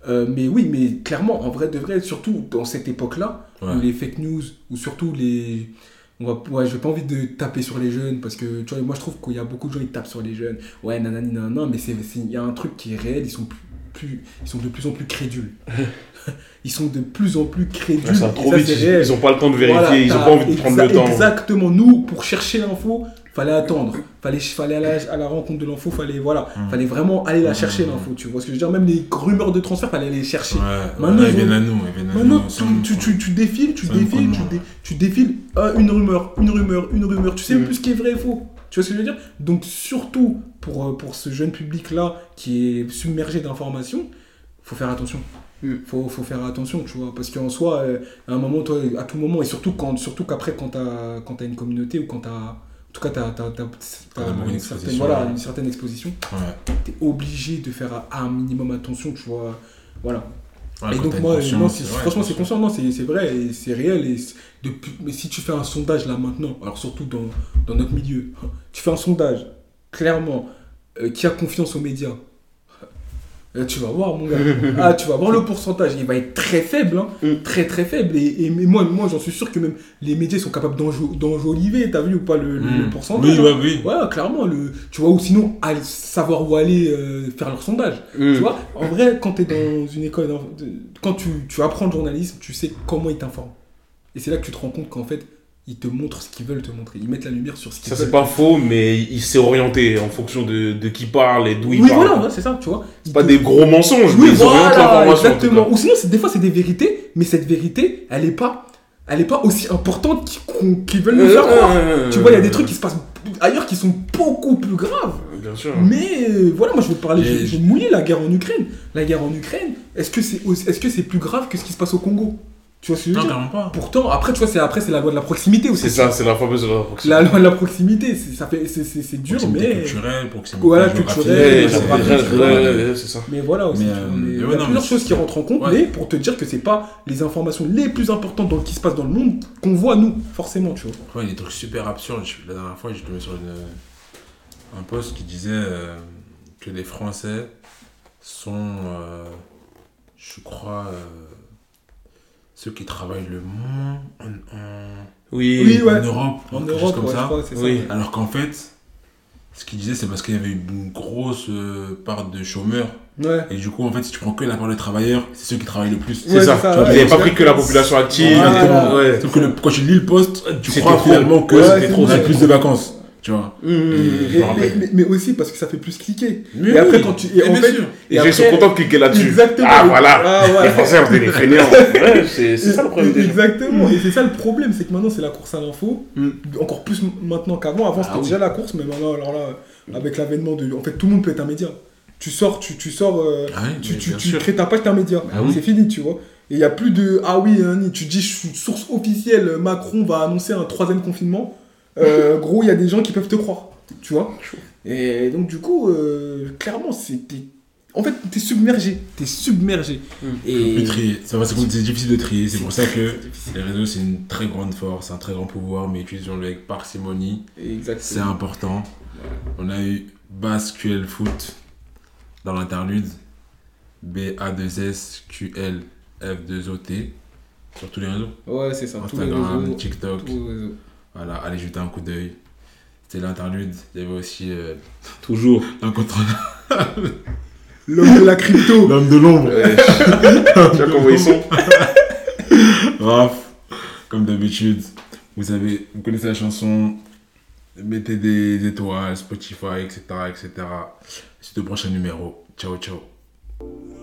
Euh, mais oui, mais clairement, en vrai de vrai, surtout dans cette époque-là, Ouais. où les fake news, ou surtout les... On va, ouais, j'ai pas envie de taper sur les jeunes, parce que tu vois, moi je trouve qu'il y a beaucoup de gens qui tapent sur les jeunes. Ouais, nanani, nanana, mais c'est, c'est, il y a un truc qui est réel, ils sont, plus, plus, ils sont de plus en plus crédules. Ils sont de plus en plus crédules. Ouais, ça va et trop ça, vite, c'est ils, réel. ils ont pas le temps de vérifier, Voilà, ils ont t'as- pas envie de prendre exa- le temps. Exactement. Nous, pour chercher l'info, fallait attendre. Fallait, fallait aller à la, à la rencontre de l'info, fallait, voilà, Mm. fallait vraiment aller la Mm. chercher l'info. Tu vois ce que je veux dire? Même les rumeurs de transfert, fallait aller les chercher. Ouais, Maintenant, ouais, ils ils viennent ont- à nous, ils viennent à Maintenant, nous. tu, sans- tu, tu, tu défiles, tu sans défiles, tu, comment. dé- tu défiles ah, une rumeur, une rumeur, une rumeur. Tu sais Mm. plus ce qui est vrai et faux. Tu vois ce que je veux dire? Donc, surtout pour, euh, pour ce jeune public-là qui est submergé d'informations, faut faire attention. Mm. Faut, faut faire attention, tu vois. Parce qu'en soi, euh, à un moment, toi, à tout moment, et surtout, quand, surtout qu'après, quand t'as, quand t'as une communauté ou quand t'as. En tout cas, t'as, t'as, t'as, t'as d'abord une une, certaine, exposition, voilà, ouais. une certaine exposition, Ouais. t'es obligé de faire à, à un minimum attention, tu vois. Voilà. Ouais, Et quand donc t'as une moi, conscience, moi, c'est- ouais, franchement, c'est conscience. conscient, non, c'est, c'est vrai, et c'est réel. Et c'est- depuis, mais si tu fais un sondage là maintenant, alors surtout dans, dans notre milieu, tu fais un sondage, clairement, euh, qui a confiance aux médias, euh, tu vas voir mon gars, ah, tu vas voir le pourcentage, il va être très faible, hein, Mm. très très faible. Et, et mais moi, moi j'en suis sûr que même les médias sont capables d'enjo- d'enjoliver, t'as vu ou pas le, le- le Mm. pourcentage? Oui, hein. ouais, oui. Ouais, clairement, le, tu vois, ou sinon, aller savoir où aller euh, faire leur sondage. Mm. Tu vois, en vrai, quand tu es dans une école, d'en- de- quand tu, tu apprends le journalisme, tu sais comment ils t'informent. Et c'est là que tu te rends compte qu'en fait, ils te montrent ce qu'ils veulent te montrer. Ils mettent la lumière sur ce qu'ils Ça, veulent. c'est pas faux, mais il s'est orienté en fonction de, de qui parle et d'où il Oui, parle. voilà, ouais, c'est ça, tu vois. Ils Pas te- des gros mensonges, mais Oui, ils orientent voilà, l'information. en tout exactement. cas. Ou sinon, c'est- des fois, c'est des vérités, mais cette vérité, elle est pas, elle est pas aussi importante qu'ils qu'on- qu'ils veulent nous faire croire. Euh, Tu vois, il y a des trucs qui se passent ailleurs qui sont beaucoup plus graves. Bien sûr. Mais euh, voilà, moi je vais te parler, je, J'ai- je vais te mouiller la guerre en Ukraine. La guerre en Ukraine, est-ce que c'est aussi- est-ce que c'est plus grave que ce qui se passe au Congo? Tu vois ce que je veux Non, dire? carrément pas. Pourtant, après, tu vois, c'est après c'est la loi de la proximité aussi. C'est ça, c'est la fameuse de la proximité. La loi de la proximité, c'est, ça fait, c'est, c'est, c'est dur, Proximité mais. culturelle, proximité Voilà, géographique. culturelle, Ouais, ça ouais, va, ouais, c'est ouais, vrai. ouais, c'est ça. Mais voilà aussi, Mais, tu vois, euh, mais mais il y a ouais, non, plusieurs mais choses qui rentrent en compte, Ouais. mais pour te dire que c'est pas les informations les plus importantes dans, qui se passent dans le monde qu'on voit nous, forcément, tu vois. Ouais, il y a des trucs super absurdes. Je- La dernière fois, je tombé sur une, un post qui disait euh, que les Français sont, euh, je crois, euh, ceux qui travaillent le moins en, en- Oui, Oui, ouais. en Europe, En quelque chose Europe, comme ouais, je ça. crois, c'est Oui. ça. Alors qu'en fait, ce qu'il disait, c'est parce qu'il y avait une grosse euh, part de chômeurs. Ouais. Et du coup, en fait, si tu prends que la part des travailleurs, c'est ceux qui travaillent le plus. C'est Ouais, ça. c'est ça, Tu vois, ouais. Ils n'avaient pas pris que la population active. Voilà. Ouais. Sauf que le- quand tu lis le post, tu C'était crois trop. finalement que Ouais, c'était c'est trop, vrai. c'est plus de vacances. Tu vois. Mmh. Et- Mais, je me rappelle. mais- mais- mais aussi parce que ça fait plus cliquer. Mais et après, oui, quand tu. mais Et en bien fait, sûr. Et et ils sont après- contents de cliquer là-dessus. Exactement. Ah, voilà. Ah, ouais. Les Français ont des fainéants. Ouais, c'est c'est ça le problème des gens. Exactement, et c'est ça le problème, c'est que maintenant c'est la course à l'info, Mm. encore plus m- maintenant qu'avant. Avant c'était Ah oui. déjà la course, mais maintenant, alors là, avec l'avènement de. En fait, tout le monde peut être un média. Tu sors, tu, tu sors, euh, Ah oui, tu, mais tu, bien tu sûr. crées ta page, t'es un média. Ah oui. C'est fini, tu vois. Et il n'y a plus de. Ah oui, hein, ni- tu dis, je suis source officielle, Macron va annoncer un troisième confinement. Euh, gros, il y a des gens qui peuvent te croire, tu vois. Et donc, du coup, euh, clairement, c'est. t'es- En fait, t'es submergé. T'es submergé. Mm. Et. Plus trier. Ça va, c'est c'est difficile de trier. C'est pour ça que C'est difficile. les réseaux, c'est une très grande force, un très grand pouvoir, mais utilisons-le avec parcimonie. Exactement. C'est important. On a eu Basquel Foot dans l'interlude. B A deux S Q L F deux O T sur tous les réseaux. Ouais, c'est ça. Tous les Instagram, réseaux. TikTok. Tous les réseaux. Voilà, allez jeter un coup d'œil. C'était l'interlude. Il y avait aussi euh, Toujours. l'incontournable. L'homme de la crypto. L'homme de l'ombre. Ouais. Tu vois comment ils sont. Raph, comme d'habitude, vous savez, vous connaissez la chanson. Mettez des étoiles, Spotify, et cetera, et cetera. C'est le prochain numéro. Ciao, ciao.